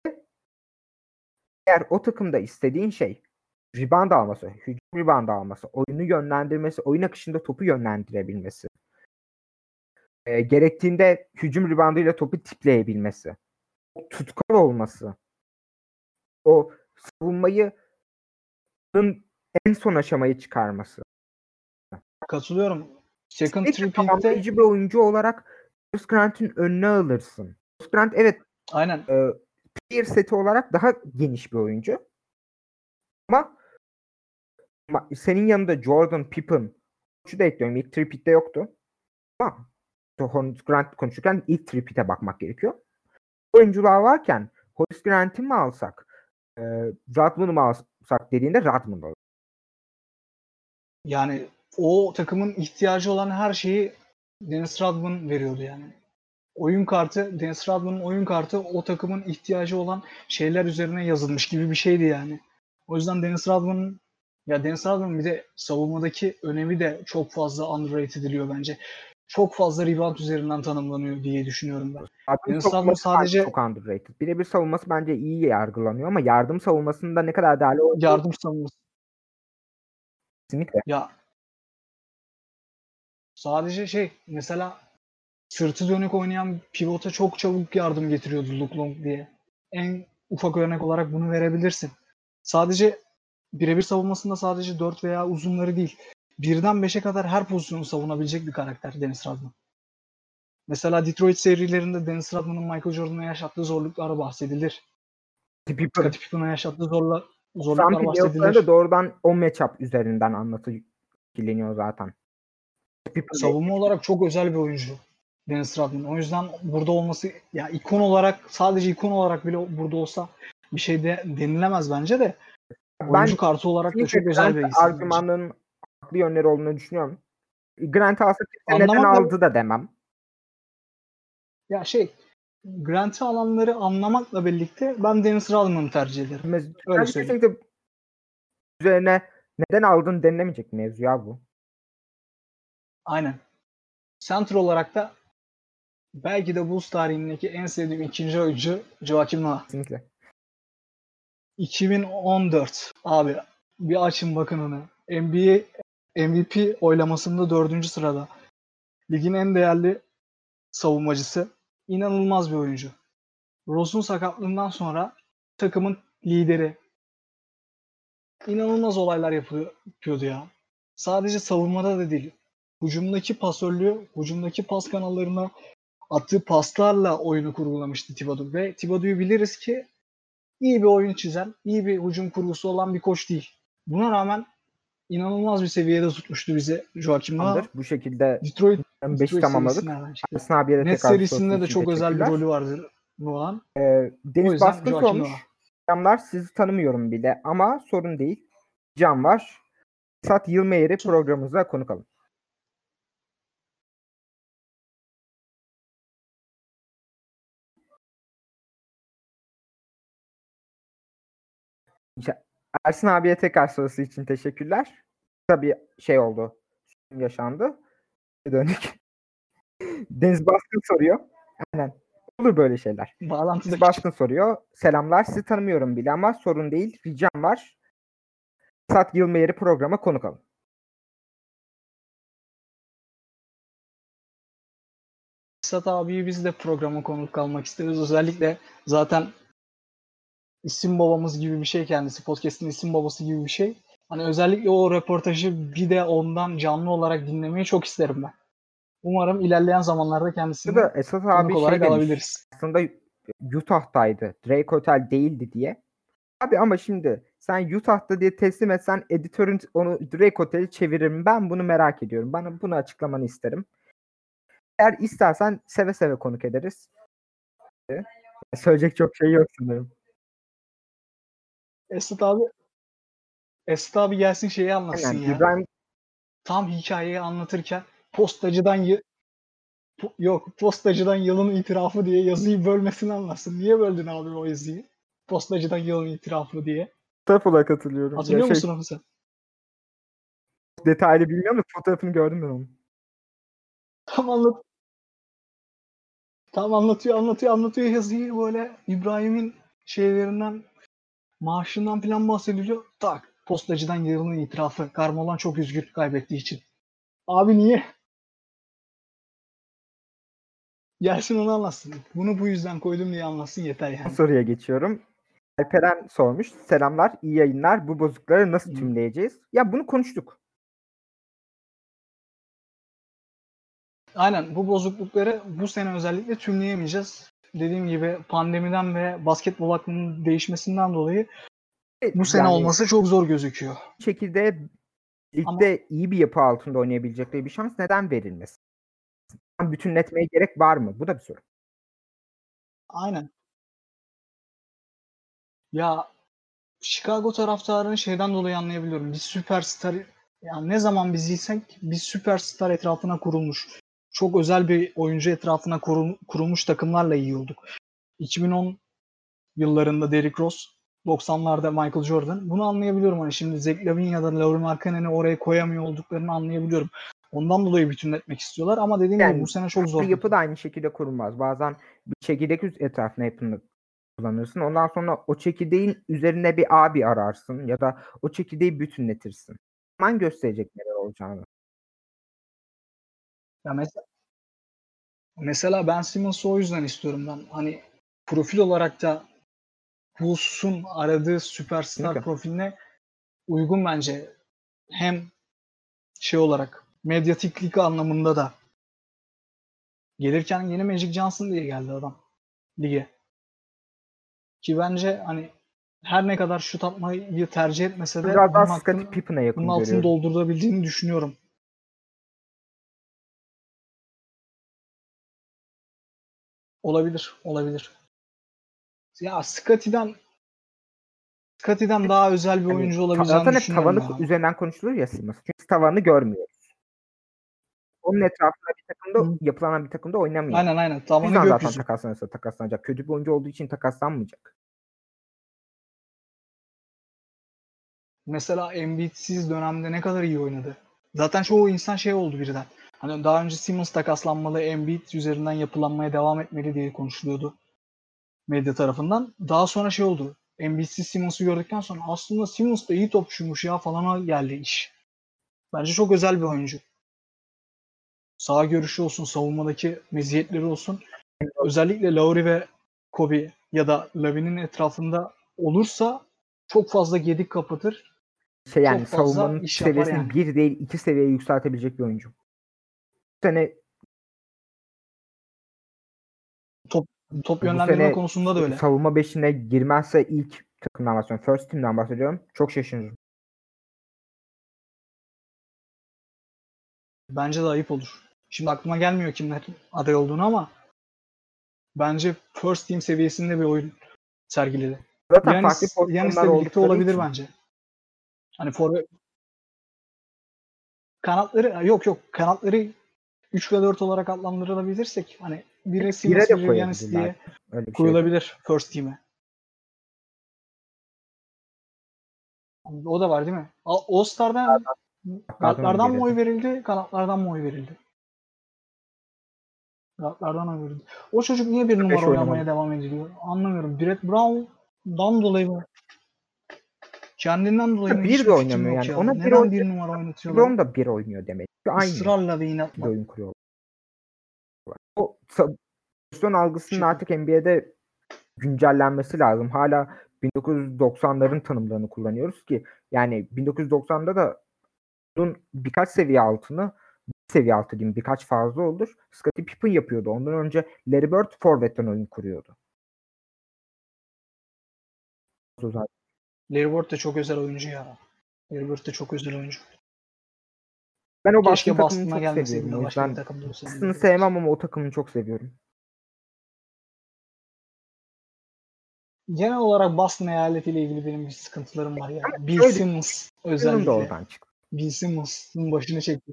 Eğer o takımda istediğin şey rebound alması, hücum rebound alması, oyunu yönlendirmesi, oyun akışında topu yönlendirebilmesi, e, gerektiğinde hücum reboundıyla topu tipleyebilmesi, o tutkal olması, o savunmayı en son aşamayı çıkarması. Katılıyorum. Second Sürekli tripit'te tamamlayıcı bir oyuncu olarak Chris Grant'in önüne alırsın. Chris Grant evet aynen. e, player seti olarak daha geniş bir oyuncu. Ama ma- senin yanında Jordan, Pippen, şu da ekliyorum. İlk tripit'te yoktu. Ama Horace Grant konuşurken ilk tripit'e bakmak gerekiyor. Oyuncular varken Horace Grant'i mi alsak, e, Rodman'ı mı alsak dediğinde Rodman olur. Yani o takımın ihtiyacı olan her şeyi Dennis Rodman veriyordu yani. Oyun kartı, Dennis Rodman'ın oyun kartı o takımın ihtiyacı olan şeyler üzerine yazılmış gibi bir şeydi yani. O yüzden Dennis Rodman'ın ya Dennis Rodman'ın bir de savunmadaki önemi de çok fazla underrated ediliyor bence. Çok fazla rebound üzerinden tanımlanıyor diye düşünüyorum ben. Rodman Dennis Rodman savunması bence sadece çok underrated. Birebir savunması bence iyi yargılanıyor ama yardım savunmasında ne kadar değerli olduğu yardım savunması. kesinlikle. Ya sadece şey mesela sırtı dönük oynayan pivota çok çabuk yardım getiriyordu Luke Long diye. En ufak örnek olarak bunu verebilirsin. Sadece birebir savunmasında sadece dört veya uzunları değil. Birden beşe kadar her pozisyonu savunabilecek bir karakter Dennis Rodman. Mesela Detroit serilerinde Dennis Rodman'ın Michael Jordan'a yaşattığı zorluklar bahsedilir. Pippen. Scottie Pippen'a yaşattığı zorla, Sam zorluklar playoff'larında bahsedilir. doğrudan o matchup üzerinden anlatılıyor zaten. Pippen de Savunma olarak çok özel bir oyuncu. Dennis Rodman. O yüzden burada olması, ya ikon olarak, sadece ikon olarak bile burada olsa bir şey de denilemez bence de. Oyuncu Ben kartı olarak da kesinlikle çok özel bir Grant isim bence. argümanının haklı yönleri olduğunu düşünüyorum. Grant alsa kimse neden Anlamakla- aldı da demem. Ya şey, Grant'i alanları anlamakla birlikte ben Dennis Rodman'ı tercih ederim. Mes- Öyle Bence söyleyeyim. kesinlikle üzerine neden aldın denilemeyecek mevzu ya bu. Aynen. Center olarak da belki de Bulls tarihindeki en sevdiğim ikinci oyuncu Joakim Noah. Kesinlikle. iki bin on dört abi, bir açın bakın onu. N B A M V P oylamasında dördüncü sırada. Ligin en değerli savunmacısı. İnanılmaz bir oyuncu. Rose'un sakatlığından sonra takımın lideri. İnanılmaz olaylar yapıyor, yapıyordu ya. Sadece savunmada da değil. Hücumdaki pasörlüğü, hücumdaki pas kanallarına attığı paslarla oyunu kurgulamıştı Thibodeau. Ve Thibodeau'yu biliriz ki iyi bir oyun çizen, iyi bir hücum kurgusu olan bir koç değil. Buna rağmen inanılmaz bir seviyede tutmuştu bizi Joakim Noah. Bu şekilde Detroit, beşi Detroit tamamladık. serisi nereden çıktı? Ersin abiye de Net tekrar serisinde sorusu de için çok özel bir teşekkürler. rolü vardır Noah'ın. Ee, O Deniz yüzden Baskın Joakim sormuş. Noah. Selamlar, sizi tanımıyorum bile ama sorun değil. Can var. Esat Yılmeyer'i programımıza konuk alın. Ersin abiye tekrar sorusu için teşekkürler. Tabii şey oldu. Yaşandı. Dönük. Deniz Baskın soruyor. Aynen. Olur böyle şeyler. Bağlantıda Deniz Baskın soruyor. Selamlar. Sizi tanımıyorum bile ama sorun değil. Ricam var. Esat Yılmeyer'i programa konuk alın. Esat abiyi biz de programa konuk almak isteriz. Özellikle zaten isim babamız gibi bir şey kendisi. Podcast'in isim babası gibi bir şey. Hani özellikle o röportajı bir de ondan canlı olarak dinlemeyi çok isterim ben. Umarım ilerleyen zamanlarda kendisini Burada Esat konuk abi olarak şey demiş. alabiliriz. Aslında Utah'taydı. Drake Hotel değildi diye. Abi ama şimdi sen Utah'ta diye teslim etsen editörün onu Drake Hotel'i çevirir mi? Ben bunu merak ediyorum. Bana bunu açıklamanı isterim. Eğer istersen seve seve konuk ederiz. Söyleyecek çok şey yok sanırım. Esat abi Esat abi gelsin şeyi anlatsın Aynen. ya. İbrahim Tam hikayeyi anlatırken postacıdan y- po- yok postacıdan yılın itirafı diye yazıyı bölmesini anlatsın. Niye böldün abi o yazıyı? Postacıdan yılın itirafı diye. fotoğrafına katılıyorum. Hatırlıyor ya şey, musun onu sen? detaylı bilmiyorum da fotoğrafını gördüm ben onu. Tam anlat. Tam anlatıyor, anlatıyor, anlatıyor yazıyı, böyle İbrahim'in şeylerinden, maaşından falan bahsediliyor. Tak, postacıdan yılın itirafı. Karmolan çok üzgün kaybettiği için. Abi niye? Gelsin onu anlatsın. Bunu bu yüzden koydum diye anlatsın yeter yani. Soruya geçiyorum. Alperen sormuş. Selamlar, iyi yayınlar. Bu bozukları nasıl Hı. tümleyeceğiz? Ya bunu konuştuk. Aynen, bu bozuklukları bu sene özellikle tümleyemeyeceğiz. Dediğim gibi pandemiden ve basketbol aklının değişmesinden dolayı bu sene Yani olması çok zor gözüküyor. bu şekilde Ama ligde iyi bir yapı altında oynayabilecekleri bir şans neden verilmesin? Bütünletmeye gerek var mı? Bu da bir soru. aynen. Ya Chicago taraftarını şeyden dolayı anlayabiliyorum. Bir süperstar, yani ne zaman biz izlesek bir süperstar etrafına kurulmuş. Çok özel bir oyuncu etrafına kurul- kurulmuş takımlarla iyi olduk. iki bin on yıllarında Derrick Rose, doksanlarda Michael Jordan. Bunu anlayabiliyorum. Hani şimdi Zach LaVine ya da Lauri Markkanen'i oraya koyamıyor olduklarını anlayabiliyorum. Ondan dolayı bütünletmek istiyorlar ama dediğim gibi Yani bu sene çok zor. yapı da aynı şekilde kurulmaz. Bazen bir çekirdek etrafına yapını kullanırsın. Ondan sonra o çekirdeğin üzerine bir abi ararsın ya da o çekirdeği bütünletirsin. Zaman gösterecek neler olacağını. Ya mesela, mesela Ben Simmons'ı o yüzden istiyorum ben. Hani profil olarak da Bulls'un aradığı süperstar Kesinlikle. profiline uygun bence. Hem şey olarak medyatiklik anlamında da. Gelirken yeni Magic Johnson diye geldi adam lige. Ki bence hani her ne kadar şut atmayı tercih etmese de Biraz daha bunun Scottie hakkını, Pippen'a bunun yakın altını görüyorum. doldurabildiğini düşünüyorum. Olabilir. Olabilir. Ya Scotty'den Scotty'den daha özel bir Hani oyuncu ta- olabileceğini zaten hep düşünüyorum tavanı ya. üzerinden konuşulur ya Simmons. Çünkü tavanı görmüyoruz. Onun etrafında bir takımda Hı. yapılanan bir takımda oynamıyor. Aynen aynen. O Tavanı yüzden zaten gökyüzü. takaslanırsa takaslanacak. Kötü bir oyuncu olduğu için takaslanmayacak. Mesela Embiid'siz dönemde ne kadar iyi oynadı. Zaten çoğu insan şey oldu birden. Hani daha önce Simmons takaslanmalı, Embiid üzerinden yapılanmaya devam etmeli diye konuşuluyordu medya tarafından. Daha sonra şey oldu. Embiid'siz Simmons'ı gördükten sonra aslında Simmons da iyi topçuymuş ya falana geldi iş. Bence çok özel bir oyuncu. Sağ görüşü olsun, savunmadaki meziyetleri olsun. Özellikle Lowry ve Kobe ya da Lavin'in etrafında olursa çok fazla gedik kapatır. Şey yani Çok fazla savunmanın iş yapar seviyesini yani. bir değil iki seviyeye yükseltebilecek bir oyuncu. Bu sene Top, top bu yönlendirme sene konusunda da öyle. savunma beşine girmezse ilk takımdan bahsediyorum. First team'den bahsediyorum. Çok şaşırırım. Bence de ayıp olur. Şimdi aklıma gelmiyor kimler aday olduğunu ama bence first team seviyesinde bir oyun sergiledi. Zaten farklı Yanis, pozisyonlar Yanis'le birlikte oldukları olabilir için. bence. Hani forvet kanatları yok yok kanatları üç ve dört olarak adlandırılabilirsek hani biri Bire Simmons de biri Yanis koyabilirler. diye Öyle bir şey. koyulabilir first team'e. O da var değil mi? All Star'dan Zaten onu guardlardan mı oy verirdim. verildi, kanatlardan mı oy verildi? Guardlardan oy verildi. O çocuk niye bir beş numara oynamalı. oynamaya devam ediliyor? Anlamıyorum. Brett Brown'dan dolayı mı? Kendinden dolayı mı? Bir de Hiçbir fikrim oynamıyor yok yani. ya. Ona bir Neden oynuyor. bir numara oynatıyorlar? Brown da bir oynuyor demek. Aynı Israrla ve bir inatla. oyun kuruyorlar. O sa- pozisyon Bu algısının şekilde. artık N B A'de güncellenmesi lazım. Hala bin dokuz yüz doksanların tanımlarını kullanıyoruz ki yani bin dokuz yüz doksanda da bunun birkaç seviye altını bir seviye altı diyeyim birkaç fazla olur. Scottie Pippen yapıyordu. Ondan önce Larry Bird forvetten oyun kuruyordu. Larry Bird de çok özel oyuncu ya. Larry Bird de çok özel oyuncu. Ben o Boston Keşke takımını Boston'a çok gelmeseydi seviyorum. de O başka bir yüzden takımda olsaydı. Boston'ı sevmem ama o takımını çok seviyorum. Genel olarak Boston eyaletiyle ilgili benim bir sıkıntılarım var ya. Bill Şöyle Simmons Cleveland da özellikle. oradan çıktı. Bill Simmons'ın başını çekti.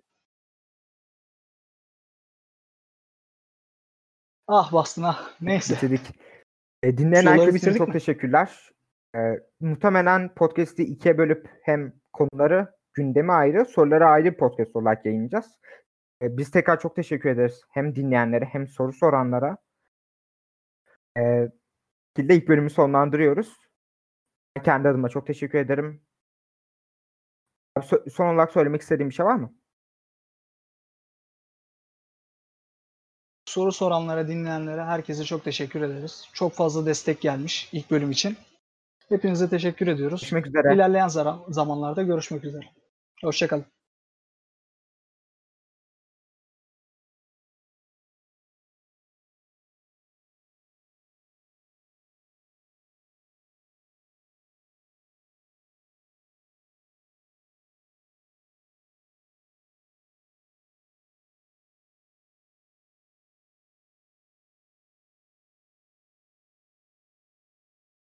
Ah Boston ah. Neyse. Bitirdik. E, dinleyen Soruları herkes için bitirdik çok mi? teşekkürler. E, muhtemelen podcast'i ikiye bölüp hem konuları, gündemi ayrı, soruları ayrı podcast olarak yayınlayacağız. E, biz tekrar çok teşekkür ederiz. Hem dinleyenlere hem soru soranlara. E, ilk bölümü sonlandırıyoruz. Ben kendi adıma çok teşekkür ederim. Son olarak söylemek istediğim bir şey var mı? Soru soranlara, dinleyenlere, herkese çok teşekkür ederiz. Çok fazla destek gelmiş ilk bölüm için. Hepinize teşekkür ediyoruz. Görüşmek üzere. İlerleyen zamanlarda görüşmek üzere. Hoşçakalın.